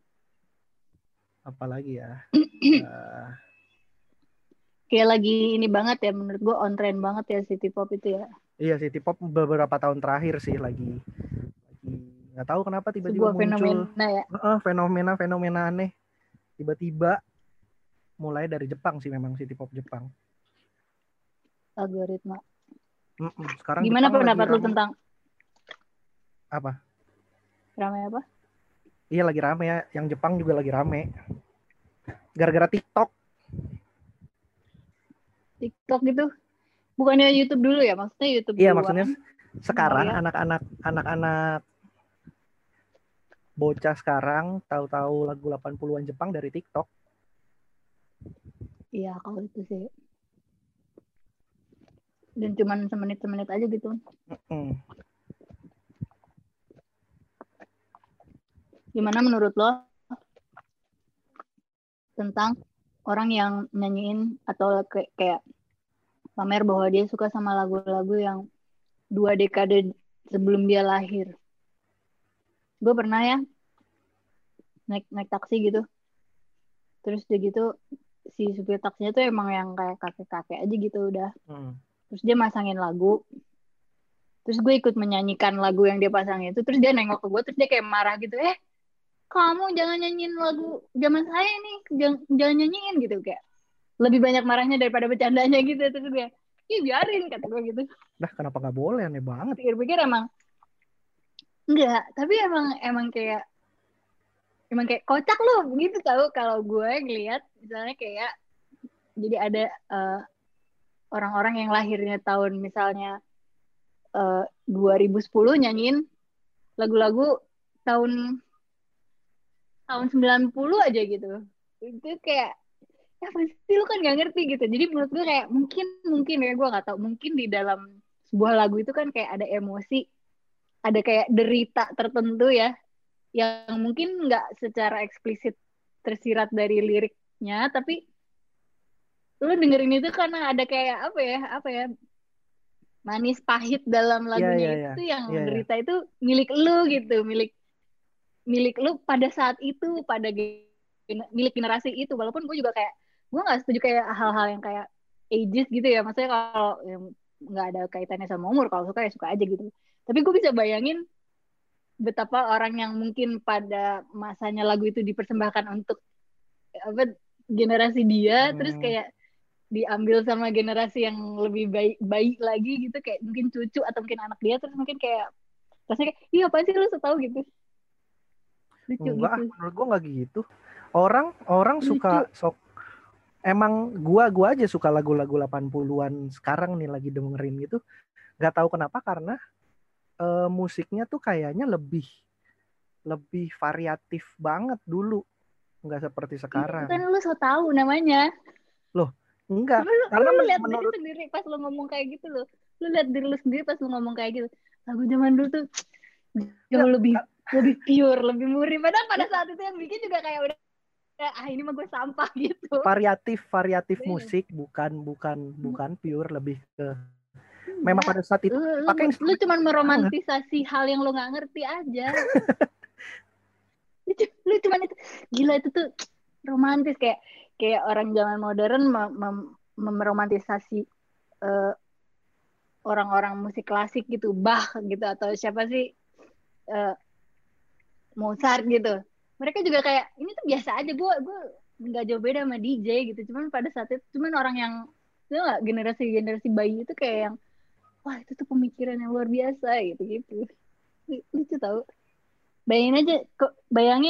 Apalagi ya? uh... Kayak lagi ini banget ya, menurut gue on trend banget ya city pop itu ya. Iya, city pop beberapa tahun terakhir sih lagi. Lagi nggak tahu kenapa tiba-tiba sebuah muncul. Fenomena ya. Uh, fenomena fenomena aneh. Tiba-tiba mulai dari Jepang sih, memang city pop Jepang. Algoritma. Mm-mm. Sekarang gimana Jepang pendapat lu rame. tentang apa? Rame apa? Iya, lagi rame ya. Yang Jepang juga lagi rame. Gara-gara TikTok. TikTok gitu. Bukannya YouTube dulu ya? Maksudnya YouTube Iya, duluan. maksudnya sekarang oh, ya. anak-anak anak-anak bocah sekarang tahu-tahu lagu delapan puluhan Jepang dari TikTok. Iya, kalau itu sih. Dan cuman semenit-semenit aja gitu. Mm-mm. Gimana menurut lo tentang orang yang nyanyiin atau kayak, kayak pamer bahwa dia suka sama lagu-lagu yang dua dekade sebelum dia lahir? Gue pernah ya naik naik taksi gitu. Terus udah gitu si supir taksinya tuh emang yang kayak kakek-kakek aja gitu udah. Hmm. Terus dia masangin lagu. Terus gue ikut menyanyikan lagu yang dia pasangin itu. Terus dia nengok ke gue. Terus dia kayak marah gitu. Eh, kamu jangan nyanyiin lagu zaman saya nih. Jangan, jangan nyanyiin gitu. Kayak lebih banyak marahnya daripada bercandanya gitu. Terus gue, ih biarin kata gue gitu. Dah kenapa gak boleh, aneh banget. Pikir-pikir emang. Enggak. Tapi emang emang kayak. Emang kayak kocak loh. Gitu tau. Kalau gue ngeliat. Misalnya kayak. Jadi ada uh, orang-orang yang lahirnya tahun misalnya uh, dua ribu sepuluh nyanyiin lagu-lagu tahun tahun sembilan puluh aja gitu. Itu kayak ya pasti lu kan gak ngerti gitu. Jadi menurut gue kayak mungkin mungkin ya gue gak tahu, mungkin di dalam sebuah lagu itu kan kayak ada emosi, ada kayak derita tertentu ya yang mungkin nggak secara eksplisit tersirat dari liriknya, tapi lu dengerin itu karena ada kayak apa ya apa ya manis pahit dalam Iya, iya, lagunya iya. itu yang Iya, iya. menderita itu milik lu gitu, milik milik lu pada saat itu, pada ge- milik generasi itu. Walaupun gue juga kayak gue nggak setuju kayak hal-hal yang kayak ages gitu ya, maksudnya kalau yang nggak ada kaitannya sama umur, kalau suka ya suka aja gitu. Tapi gue bisa bayangin betapa orang yang mungkin pada masanya lagu itu dipersembahkan untuk apa generasi dia, terus Hmm. kayak diambil sama generasi yang lebih baik baik lagi gitu, kayak mungkin cucu atau mungkin anak dia, terus mungkin kayak rasanya kayak iya apa sih lu tahu gitu, lucu Enggak, gitu, menurut gua nggak gitu. Orang orang lucu. suka sok emang gua gua aja suka lagu-lagu delapan puluhan sekarang nih lagi dengerin gitu. Nggak tahu kenapa karena eh, musiknya tuh kayaknya lebih lebih variatif banget dulu, nggak seperti Iya sekarang. kan lu so tahu namanya. Loh, enggak, Coba lu, lu, karena lu men- lihat diri menurut sendiri pas lu ngomong kayak gitu loh. Lu lihat diri lu sendiri pas lu ngomong kayak gitu. Lagu zaman dulu tuh enggak jauh lebih ka- lebih pure, lebih murni. Padahal pada iya, saat itu yang bikin juga kayak udah ah ini mah gue sampah gitu. variatif variatif Bener. musik bukan bukan bukan pure lebih ke memang Enggak. pada saat itu Lu, lu, pakai lu instrumen cuman musik banget. meromantisasi hal yang lu nggak ngerti aja. Lu, lu cuman itu gila itu tuh romantis kayak kayak orang zaman modern mem, mem, meromantisasi uh, orang-orang musik klasik gitu, Bach gitu atau siapa sih uh, Mozart gitu. Mereka juga kayak ini tuh biasa aja, gue gue nggak jauh beda sama D J gitu. Cuman pada saat itu cuman orang yang itu nggak generasi generasi bayi itu kayak yang wah itu tuh pemikiran yang luar biasa gitu gitu. Lucu tau. Bayangin aja, kok bayangin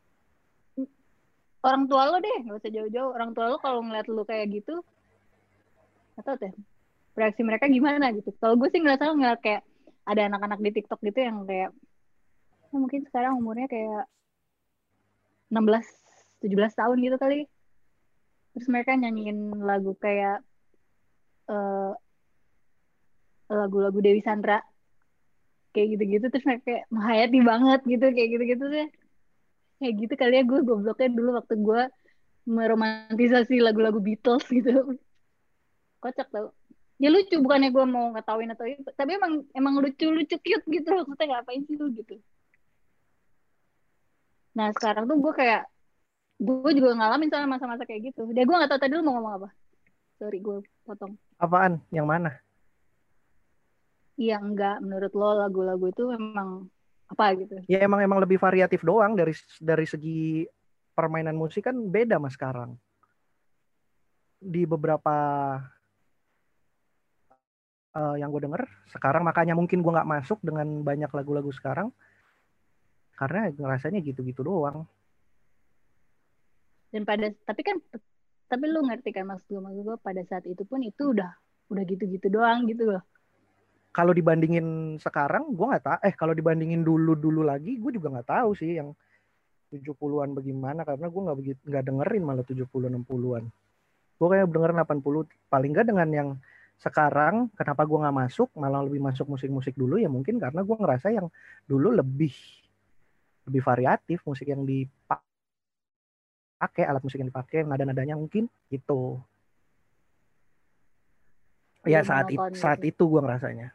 orang tua lo deh, nggak usah jauh-jauh. Orang tua lo kalau ngeliat lo kayak gitu, atau teh reaksi mereka gimana gitu. Kalau gue sih nggak tahu ngeliat kayak ada anak-anak di TikTok gitu yang kayak ya mungkin sekarang umurnya kayak enam belas tujuh belas tahun gitu kali. Terus mereka nyanyiin lagu kayak eh, lagu-lagu Dewi Sandra kayak gitu-gitu, terus mereka kayak menghayati banget gitu kayak gitu-gitu deh. Kayak gitu kali ya gue gobloknya dulu waktu gue meromantisasi lagu-lagu Beatles gitu. Kocak tau. Ya lucu, bukannya gue mau ngetawain atau itu, tapi emang emang lucu-lucu cute gitu, maksudnya ngapain sih lu gitu. Nah sekarang tuh gue kayak gue juga ngalamin sama masa-masa kayak gitu. Dia gue nggak tahu tadi lu mau ngomong apa. Sorry gue potong. Apaan? Yang mana? Iya enggak, menurut lo lagu-lagu itu memang apa gitu. Ya emang emang lebih variatif doang dari dari segi permainan musik kan beda mas sekarang. Di beberapa uh, yang gue denger sekarang makanya mungkin gue nggak masuk dengan banyak lagu-lagu sekarang karena ngerasanya gitu-gitu doang. Dan pada tapi kan tapi lu ngerti kan maksud gue, maksud gue pada saat itu pun itu udah udah gitu-gitu doang gitu loh. Kalau dibandingin sekarang gue nggak tahu. Eh kalau dibandingin dulu-dulu lagi gue juga nggak tahu sih yang tujuh puluhan bagaimana karena gue nggak begitu nggak dengerin malah tujuh puluh enam puluhan. Gue kayak denger delapan puluh paling nggak dengan yang sekarang kenapa gue nggak masuk malah lebih masuk musik-musik dulu ya mungkin karena gue ngerasa yang dulu lebih lebih variatif musik yang dipakai alat musik yang dipakai nada-nadanya mungkin gitu ya Lebih saat itu monoton saat gitu. itu gue ngerasanya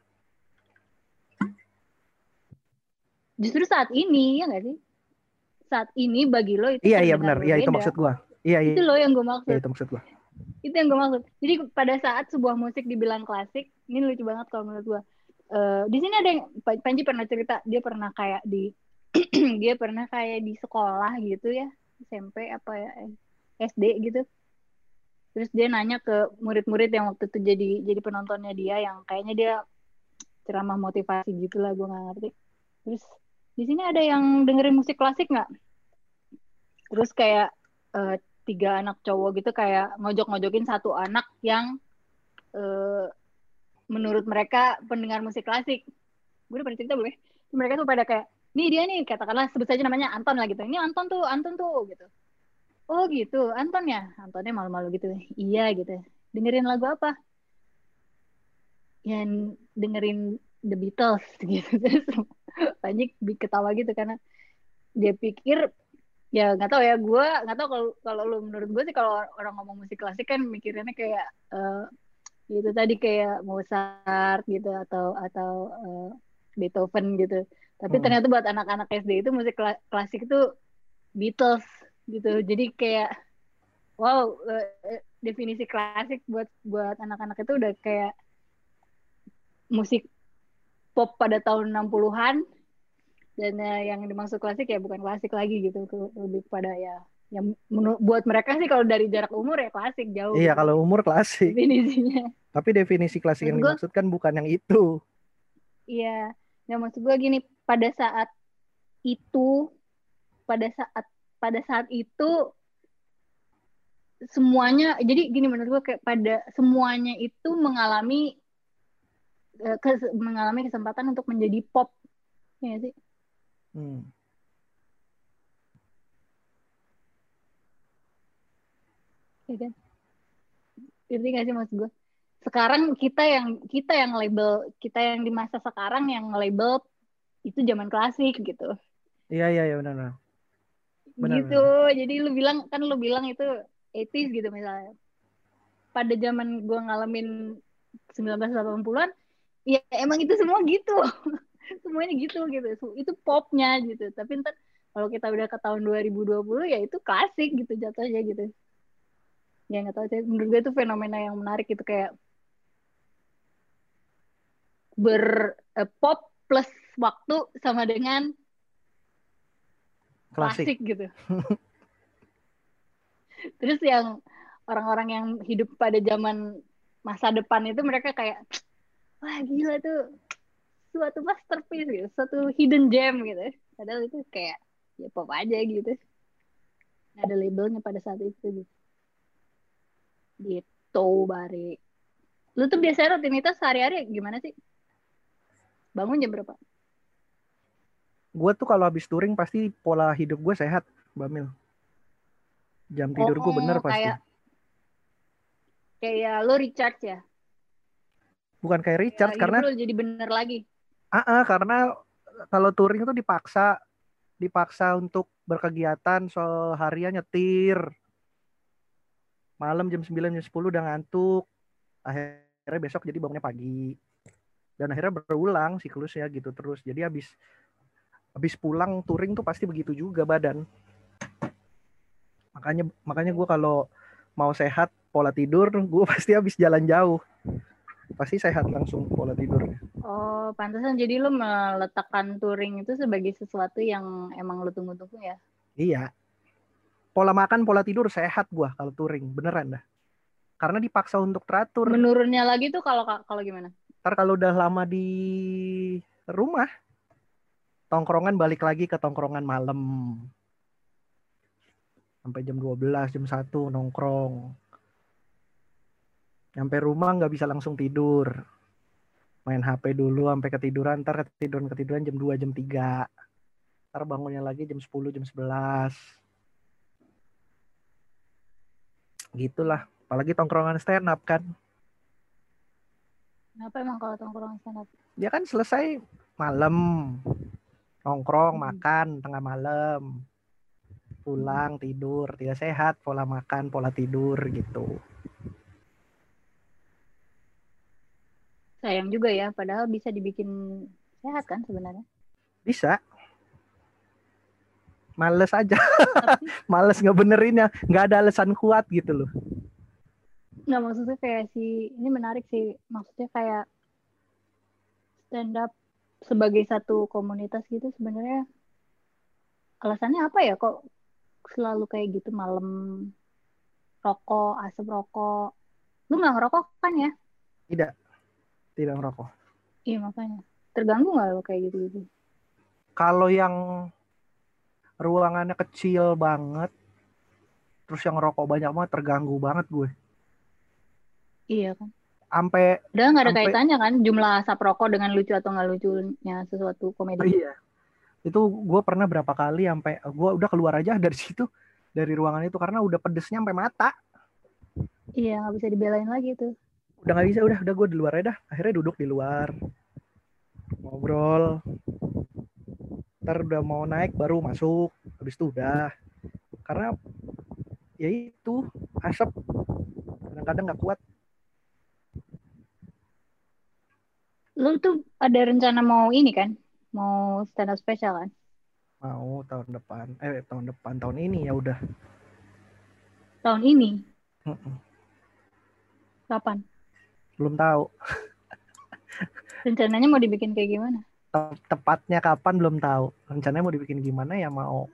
Justru saat ini ya nggak sih? Saat ini bagi lo itu iya iya terdengar benar iya itu berbeda. maksud gue iya iya, Itu loh yang gue iya maksud. itu maksud gue Itu yang gue maksud. Jadi pada saat sebuah musik dibilang klasik, ini lucu banget kalau menurut gue. Uh, di sini ada yang Panji pernah cerita dia pernah kayak di dia pernah kayak di sekolah gitu ya, S M P apa ya, S D gitu. Terus dia nanya ke murid-murid yang waktu itu jadi jadi penontonnya dia, yang kayaknya dia ceramah motivasi gitu lah, gue nggak ngerti. Terus di sini ada yang dengerin musik klasik nggak? Terus kayak uh, tiga anak cowok gitu kayak ngojok-ngojokin satu anak yang uh, menurut mereka pendengar musik klasik. Gue udah pernah cerita belum ya? Mereka tuh pada kayak, nih dia nih, katakanlah sebut saja namanya Anton lah gitu. Ini Anton tuh, Anton tuh gitu. Oh gitu, Anton ya? Antonnya malu-malu gitu. Iya gitu. Dengerin lagu apa? Yang dengerin The Beatles gitu. Terus Panji ketawa gitu karena dia pikir ya nggak tahu ya, gue nggak tahu kalau kalau lu, menurut gue sih kalau orang ngomong musik klasik kan mikirannya kayak uh, Itu tadi kayak Mozart gitu atau atau uh, Beethoven gitu. Tapi Mm. ternyata buat anak-anak S D itu musik klasik itu Beatles gitu. Jadi kayak wow, uh, definisi klasik buat buat anak-anak itu udah kayak musik pop pada tahun enam puluhan dan uh, yang dimaksud klasik ya bukan klasik lagi gitu, lebih pada ya yang menurut buat mereka sih kalau dari jarak umur ya klasik jauh Iya, gitu kalau umur klasik. definisinya. Tapi definisi klasik Maksud yang gue, dimaksudkan bukan yang itu. iya, ya maksud gue gini, pada saat itu, pada saat pada saat itu semuanya, jadi gini menurut gue kayak pada semuanya itu mengalami eh, kes, mengalami kesempatan untuk menjadi pop, ya sih, Hmm. ya kan? Ngerti gak sih maksud gue? Sekarang kita yang kita yang label kita yang di masa sekarang yang label itu zaman klasik gitu. Iya, iya, iya, benar, benar. Benar, Gitu. benar. Jadi lu bilang kan lu bilang itu delapan puluhan gitu misalnya. Pada zaman gua ngalamin sembilan belas delapan puluhan-an, ya emang itu semua gitu. Semuanya gitu gitu. Itu popnya gitu. Tapi ntar kalau kita udah ke tahun dua ribu dua puluh ya itu klasik gitu jatuhnya gitu. Ya nggak tahu sih. Menurut gue itu fenomena yang menarik gitu kayak ber eh, pop plus waktu sama dengan Klasik. klasik gitu. Terus yang orang-orang yang hidup pada zaman masa depan itu mereka kayak wah gila tuh suatu masterpiece gitu, suatu hidden gem gitu. Padahal itu kayak ya pop aja gitu. Nggak ada labelnya pada saat itu gitu. Gitu, Bari. Lu tuh biasanya rutinitas sehari-hari gimana sih? Bangun jam berapa? Gue tuh kalau habis touring pasti pola hidup gue sehat, Bamil. Jam tidur gue bener Oh, pasti. kayak kayak lu recharge ya? Bukan kayak Kayak Richard hidup karena lu jadi bener lagi. ah ah, karena kalau touring itu dipaksa dipaksa untuk berkegiatan seharian nyetir. Malam jam sembilan jam sepuluh udah ngantuk. Akhirnya besok jadi bangunnya pagi. Dan akhirnya berulang siklusnya gitu terus. Jadi habis habis pulang touring tuh pasti begitu juga badan. Makanya makanya gue kalau mau sehat pola tidur gue pasti habis jalan jauh. Pasti sehat langsung pola tidurnya. Oh, pantesan jadi lu meletakkan touring itu sebagai sesuatu yang emang lu tunggu-tunggu ya? Iya. Pola makan, pola tidur sehat gue kalau touring. Beneran dah. Karena dipaksa untuk teratur. Menurunnya lagi tuh kalau kalau gimana? Ntar kalau udah lama di rumah, tongkrongan balik lagi ke tongkrongan malam. Sampai jam dua belas, jam satu nongkrong. Sampai rumah nggak bisa langsung tidur. Main H P dulu sampai ketiduran, ntar ketiduran-ketiduran jam dua, jam tiga. Ntar bangunnya lagi jam sepuluh, jam sebelas. Gitulah. Apalagi tongkrongan stand up kan. Kenapa emang kalau tongkrong stand up? Dia kan selesai malam. Nongkrong, Hmm. makan, tengah malam. Pulang, tidur. Tidak sehat pola makan, pola tidur gitu. Sayang juga ya, padahal bisa dibikin sehat kan sebenarnya. Bisa. Males aja. Tapi Males ngebenerinnya. Nggak ada alasan kuat gitu loh. nggak maksudnya kayak si ini menarik sih, maksudnya kayak stand up sebagai satu komunitas gitu sebenarnya alasannya apa ya kok selalu kayak gitu malam rokok asap rokok lu nggak ngerokok kan ya? Tidak. Tidak ngerokok. Iya makanya terganggu nggak lo kayak gitu gitu? Kalau yang ruangannya kecil banget, terus yang ngerokok banyak banget, terganggu banget gue. Iya kan, Sampai udah nggak ada sampai kaitannya kan jumlah asap rokok dengan lucu atau nggak lucunya sesuatu komedi. oh iya. Itu gue pernah berapa kali sampai gue udah keluar aja dari situ, dari ruangan itu karena udah pedesnya sampai mata. Iya nggak bisa dibelain lagi tuh. Udah nggak bisa, udah udah gue di luar aja dah. Akhirnya duduk di luar, ngobrol. Ntar udah mau naik baru masuk. Habis itu udah. Karena ya itu asap kadang-kadang nggak kuat. Lu tuh ada rencana mau ini kan? Mau stand up special kan? Mau tahun depan, eh tahun depan tahun ini ya udah. Tahun ini? Mm-mm. Kapan? Belum tahu. Rencananya mau dibikin kayak gimana? Te- Tepatnya kapan belum tahu. Rencananya mau dibikin gimana ya mau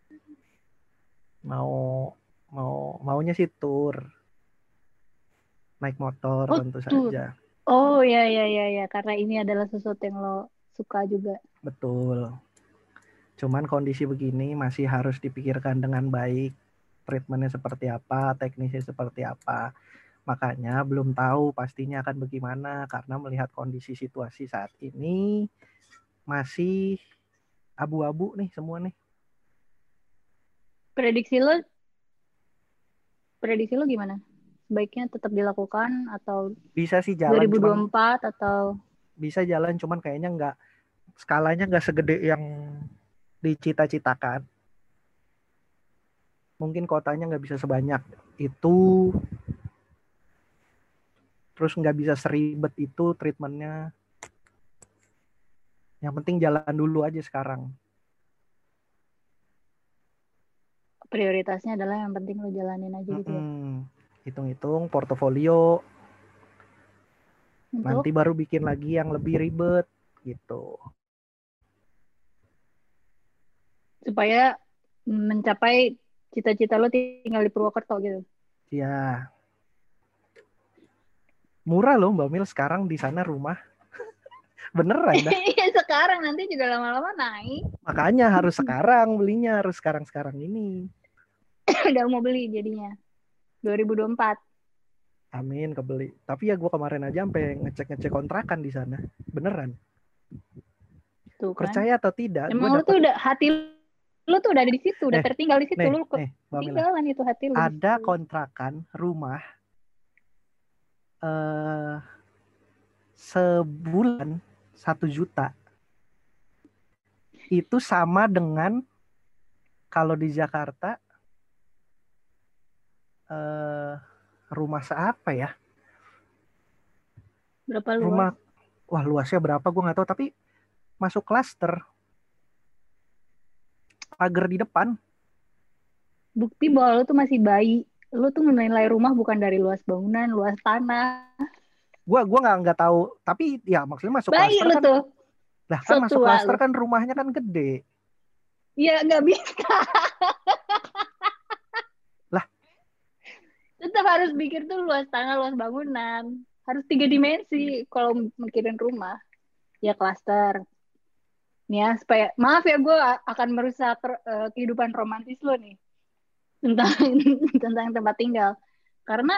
mau mau maunya sih tour, naik motor Oh, tentu tour. saja. Oh ya ya ya ya, karena ini adalah sesuatu yang lo suka juga. Betul. Cuman kondisi begini masih harus dipikirkan dengan baik. Treatmentnya seperti apa, teknisnya seperti apa. Makanya belum tahu pastinya akan bagaimana karena melihat kondisi situasi saat ini masih abu-abu nih semua nih. Prediksi lo, prediksi lo gimana? Sebaiknya tetap dilakukan atau Bisa sih jalan cuman dua ribu dua puluh empat atau bisa jalan cuman kayaknya nggak skalanya nggak segede yang dicita-citakan. Mungkin kotanya nggak bisa sebanyak itu, terus nggak bisa seribet itu treatmentnya. Yang penting jalan dulu aja sekarang. prioritasnya adalah yang penting lo jalanin aja gitu ya. Mm-mm. Hitung-hitung portofolio, nanti Untuk baru bikin lagi yang lebih ribet gitu. supaya mencapai cita-cita lo tinggal di Purwokerto gitu. Ya, murah loh Mbak Mil sekarang di sana rumah. Beneran dah. Iya sekarang nanti juga lama-lama naik. Makanya harus sekarang belinya, harus sekarang-sekarang ini. Udah mau beli jadinya dua ribu dua puluh empat. Amin kebeli. Tapi ya gue kemarin aja sampai ngecek-ngecek kontrakan di sana. Beneran. Tuh kan. Percaya atau tidak, gue Emang lu dapet tuh udah hati lu tuh udah ada di situ, udah eh tertinggal di situ, nih lu nih Mbak Mila. ketinggalan itu hati lu di Ada situ. kontrakan rumah eh sebulan satu juta. Itu sama dengan kalau di Jakarta eh rumah seapa ya? Berapa luas? Rumah wah luasnya berapa gue nggak tahu tapi masuk klaster pagar di depan. Bukti bahwa lu tuh masih bayi. Lu tuh menilai rumah bukan dari luas bangunan, luas tanah. Gua gua nggak nggak tahu tapi ya maksudnya masuk Bayi klaster lu kan tuh, lah kan so masuk tua klaster lu. kan rumahnya kan gede Ya nggak bisa. lah. Tetap harus pikir tuh luas tanah, luas bangunan. Harus tiga dimensi kalau mikirin rumah. Ya klaster. Nih ya, supaya maaf ya gue akan merusak uh, kehidupan romantis lo nih tentang tentang tempat tinggal. Karena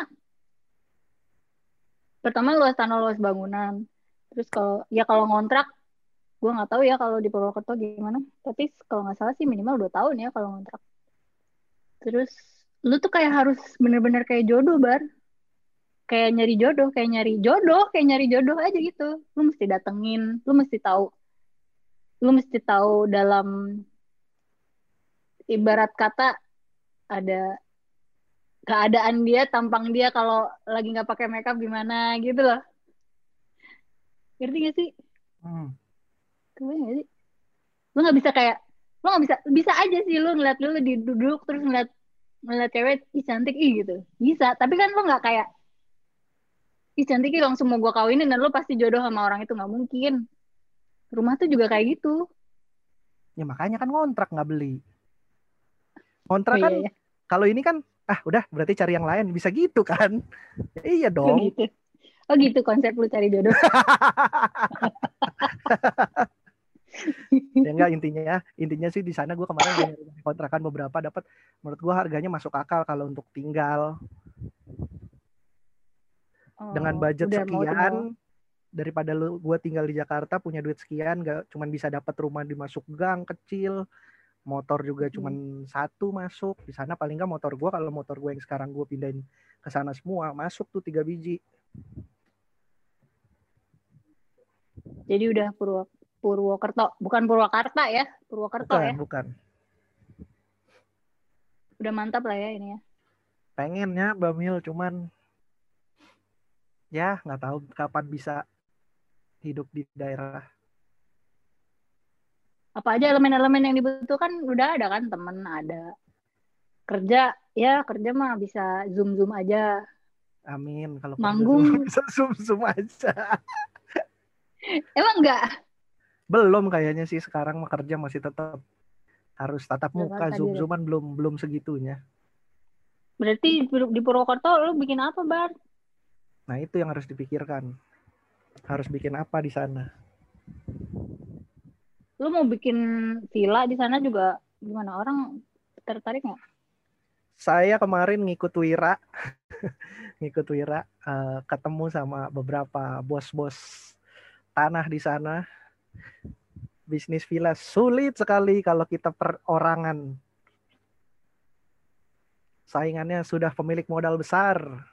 pertama luas tanah, luas bangunan. Terus kalau ya kalau ngontrak, gue nggak tahu ya kalau di Purwokerto gimana. Tapi kalau nggak salah sih minimal dua tahun ya kalau ngontrak. Terus lu tuh kayak harus bener-bener kayak jodoh bar, kayak nyari jodoh, kayak nyari jodoh, kayak nyari jodoh aja gitu. Lu mesti datengin, lu mesti tahu, lu mesti tahu dalam ibarat kata ada keadaan dia, tampang dia kalau lagi nggak pakai makeup gimana gitu loh. Ngerti gak sih? Hmm. Kebayang gak sih? Lu nggak bisa kayak, lu nggak bisa, bisa aja sih lu ngeliat dulu di duduk terus ngeliat ngeliat cewek, ih cantik, ih gitu. Bisa, tapi kan lu nggak kayak, ih cantik, ih langsung mau gue kawinin dan lu pasti jodoh sama orang itu, nggak mungkin. Rumah tuh juga kayak gitu. Ya makanya kan ngontrak nggak beli Oh kontrak kan. iya ya, Kalau ini kan ah udah berarti cari yang lain bisa gitu kan. Ya, iya oh dong. gitu. Oh gitu konsep lu cari jodoh. Ya enggak intinya intinya sih di sana gue kemarin gue nyari kontrakan beberapa dapat menurut gue harganya masuk akal kalau untuk tinggal dengan Oh, budget udah mau tinggal. sekian daripada lu gue tinggal di Jakarta punya duit sekian gak cuman bisa dapat rumah di masuk gang kecil, motor juga Hmm. cuman satu masuk di sana. Paling nggak motor gue kalau motor gue yang sekarang gue pindahin ke sana semua masuk tuh tiga biji. Jadi udah Purwo, Purwokerto, bukan Purwakarta ya, Purwokerto Bukan ya. bukan Udah mantap lah ya ini ya. pengennya Bamil cuman ya nggak tahu kapan bisa hidup di daerah. Apa aja elemen-elemen yang dibutuhkan udah ada kan, temen ada. Kerja, ya kerja mah bisa zoom-zoom aja. Amin. Kalau kerja semua Manggung, bisa zoom-zoom aja. emang enggak? Belum kayaknya sih sekarang mah kerja masih tetap harus tatap Tetap muka. harus hadir ya. Zoom-zooman belum belum segitunya. Berarti di Purwokerto lu bikin apa, Bar? Nah itu yang harus dipikirkan. Harus bikin apa di sana? Lu mau bikin villa di sana juga gimana? Orang tertarik nggak? Saya kemarin ngikut Wira, ngikut Wira, uh, ketemu sama beberapa bos-bos tanah di sana. Bisnis villa sulit sekali kalau kita perorangan. Saingannya sudah pemilik modal besar.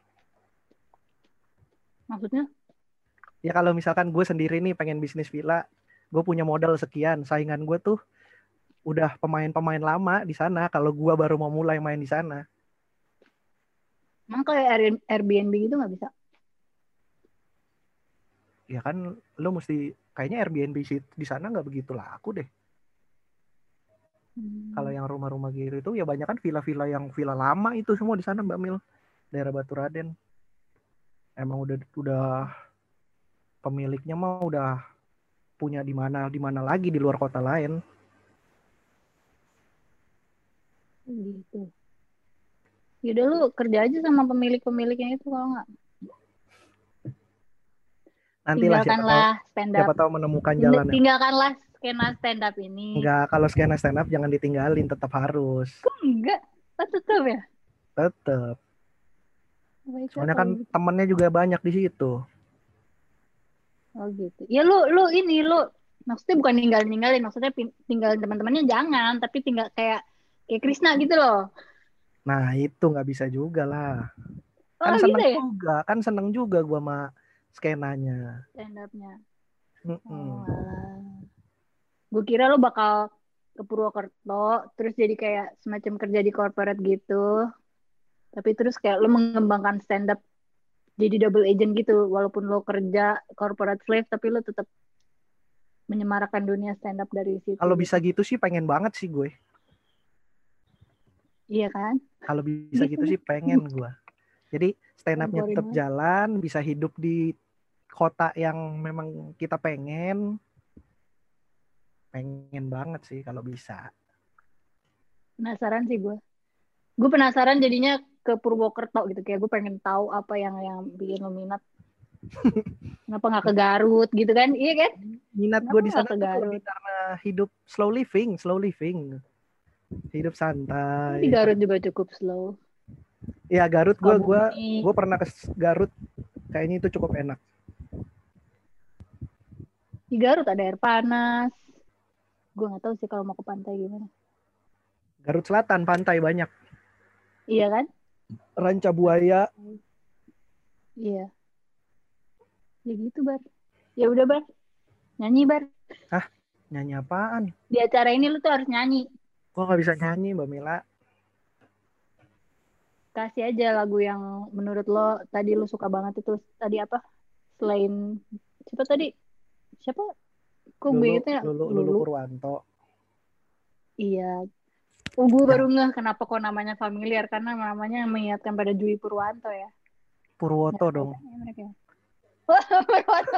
Maksudnya? Ya kalau misalkan gue sendiri nih pengen bisnis villa, gue punya modal sekian. Saingan gue tuh udah pemain-pemain lama di sana. Kalau gue baru mau mulai main di sana. Emang kayak Airbnb gitu nggak bisa? Ya kan lo mesti, kayaknya Airbnb di sana nggak begitu laku deh. Hmm. Kalau yang rumah-rumah gitu itu ya banyak kan villa-villa yang villa lama itu semua di sana Mbak Mil, daerah Baturaden. Emang udah udah pemiliknya mah udah punya di mana di mana lagi di luar kota lain. Gitu. Yaudah lu kerja aja sama pemilik-pemiliknya itu kalau nggak. Nantilah siapa tahu, Tinggalkanlah stand up. siapa tahu menemukan jalan. Tinggalkanlah skena stand up ini. Enggak, kalau skena stand up jangan ditinggalin, tetap harus. Kok enggak? Oh, tetap ya? Tetap. Baiklah, soalnya kan gitu. Temennya juga banyak di situ. Oh gitu. Ya lu lu ini lu maksudnya bukan ninggalin ninggalin, maksudnya tinggalin teman-temannya jangan, tapi tinggal kayak kayak Krisna gitu loh. Nah itu nggak bisa juga lah. Oh Kan seneng bisa ya? juga, kan seneng juga gue sama skenanya. Stand up-nya. Mm-mm. Oh alah. Gue kira lo bakal ke Purwokerto, terus jadi kayak semacam kerja di corporate gitu. Tapi terus kayak lo mengembangkan stand up jadi double agent gitu. Walaupun lo kerja corporate slave, tapi lo tetap menyemarakan dunia stand up dari situ Kalau gitu. bisa gitu sih pengen banget sih gue. Iya kan? Kalau bisa Gitu gitu deh. sih pengen gue. Jadi stand up-nya Komporin tetap banget. jalan, bisa hidup di kota yang memang kita pengen. Pengen banget sih kalau bisa. Penasaran sih gue. Gue penasaran jadinya ke Purwokerto gitu. Kayak gue pengen tahu apa yang yang bikin lo minat. Kenapa nggak ke Garut gitu kan? Iya kan? Minat Kenapa gue di nggak sana ke tuh lebih Garut? karena hidup slow living, slow living. Hidup Di santai. Garut juga cukup slow. Ya Garut, gue gua Sukabumi. gue pernah ke Garut, kayaknya itu cukup enak. Di Garut ada air panas. Gue nggak tahu sih kalau mau ke pantai gimana. Garut Selatan pantai banyak. Iya kan? Ranca Buaya. Iya. Ya gitu bar. Ya udah bar. Nyanyi bar. Hah? Nyanyi apaan? Di acara ini lu tuh harus nyanyi. Kok nggak bisa nyanyi Mbak Mila? Kasih aja lagu yang menurut lo tadi lu suka banget itu. Tadi apa? Selain siapa tadi? Siapa? Kok gue Lulu, ingetnya Lulu, Lulu Lulu. Purwanto. Iya. Oh, gue baru Yang ngeh kenapa kok namanya familiar. Karena namanya mengingatkan pada Jui Purwanto ya. Nggak Purwoto tahu dong. kan ya mereka. Purwanto.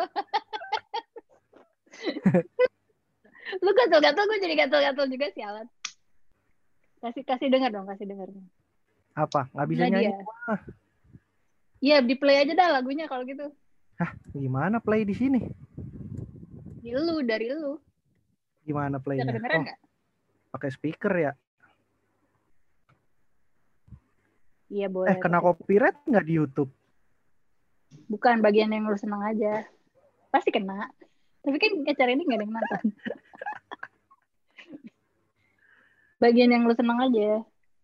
Lu gatel-gatel, gue jadi gatel-gatel juga sih Alan. Kasih kasih dengar dong, kasih dengar. Apa? Nggak bisa Nah nyanyi? dia. Iya, di play aja dah lagunya kalau gitu. Hah? Gimana play di sini? Di lu, dari lu. Gimana Bisa playnya? kedengeran Oh, nggak? pakai speaker ya? Iya Eh, boleh kena pakai speaker. copyright nggak di YouTube? Bukan bagian yang lu seneng aja. Pasti kena. Tapi kan acara ini nggak ada yang nonton. Bagian yang lu seneng aja.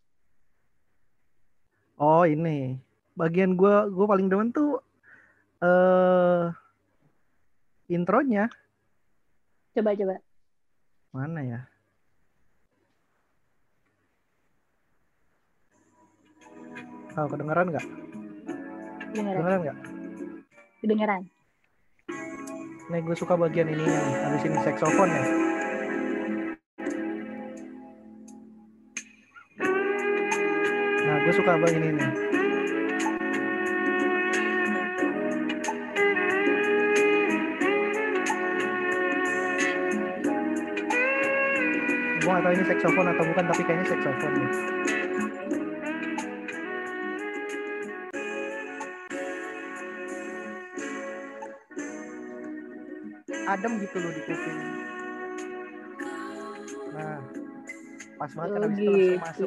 Oh ini. Bagian gue gue paling demen tuh eh intronya. Coba coba. Mana ya? Oh, kedengeran nggak? Kedengeran. Kedengeran nggak? Kedengeran. Nih gue suka bagian ini nih. Habis ini saksofon ya. Nah gue suka bagian ini nih. Gue gak tahu ini saksofon atau bukan, tapi kayaknya saksofon deh. Adem gitu loh di kuping. Nah, pas banget kan, Oh habis itu langsung gitu. masuk.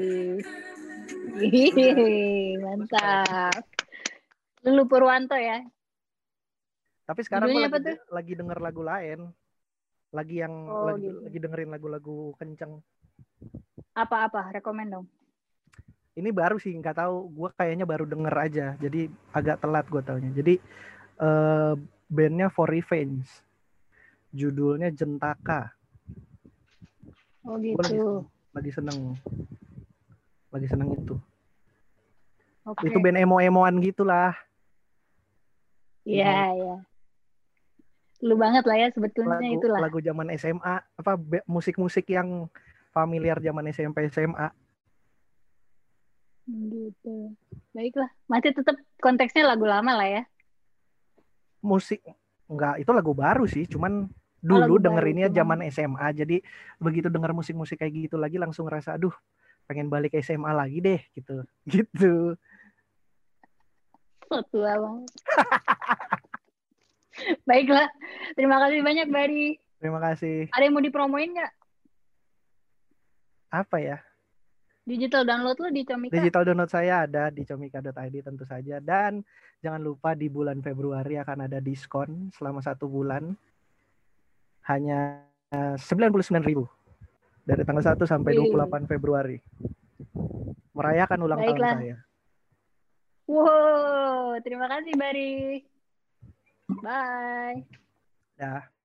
Ih, mantap. Lulu Purwanto ya. Tapi sekarang gue Judulnya apa lagi tuh? lagi denger lagu lain. Lagi yang Oh lagi, gitu. lagi dengerin lagu-lagu kenceng. Apa-apa? Rekomen dong. Ini baru sih, nggak tahu. Gue kayaknya baru denger aja. Jadi agak telat gue taunya. Jadi uh, bandnya For Revenge. Judulnya Jentaka. Oh Gue lagi gitu. lagi seneng. Lagi seneng itu. Oke. Itu band emo-emoan gitulah. Iya, iya. Lu banget lah ya sebetulnya Lagu itulah. lagu zaman S M A, apa be- musik-musik yang familiar zaman S M P S M A. Gitu. Baiklah. Masih tetap konteksnya lagu lama lah ya. Musik enggak, itu lagu baru sih, cuman Oh, lagu dulu baru. dengerinnya Cuman zaman S M A. Jadi begitu denger musik-musik kayak gitu lagi langsung ngerasa aduh, pengen balik ke S M A lagi deh gitu. Gitu. so tua banget. Baiklah. Terima kasih banyak, Bari. Terima kasih. Ada yang mau dipromoin nggak? Apa ya? Digital download lo di Comika. Digital download saya ada di comika dot i d tentu saja. Dan jangan lupa di bulan Februari akan ada diskon selama satu bulan. Hanya sembilan puluh sembilan ribu. Dari tanggal satu sampai dua puluh delapan Februari. Merayakan ulang Baiklah. tahun saya. Wow, terima kasih Bari. Bye. Dah.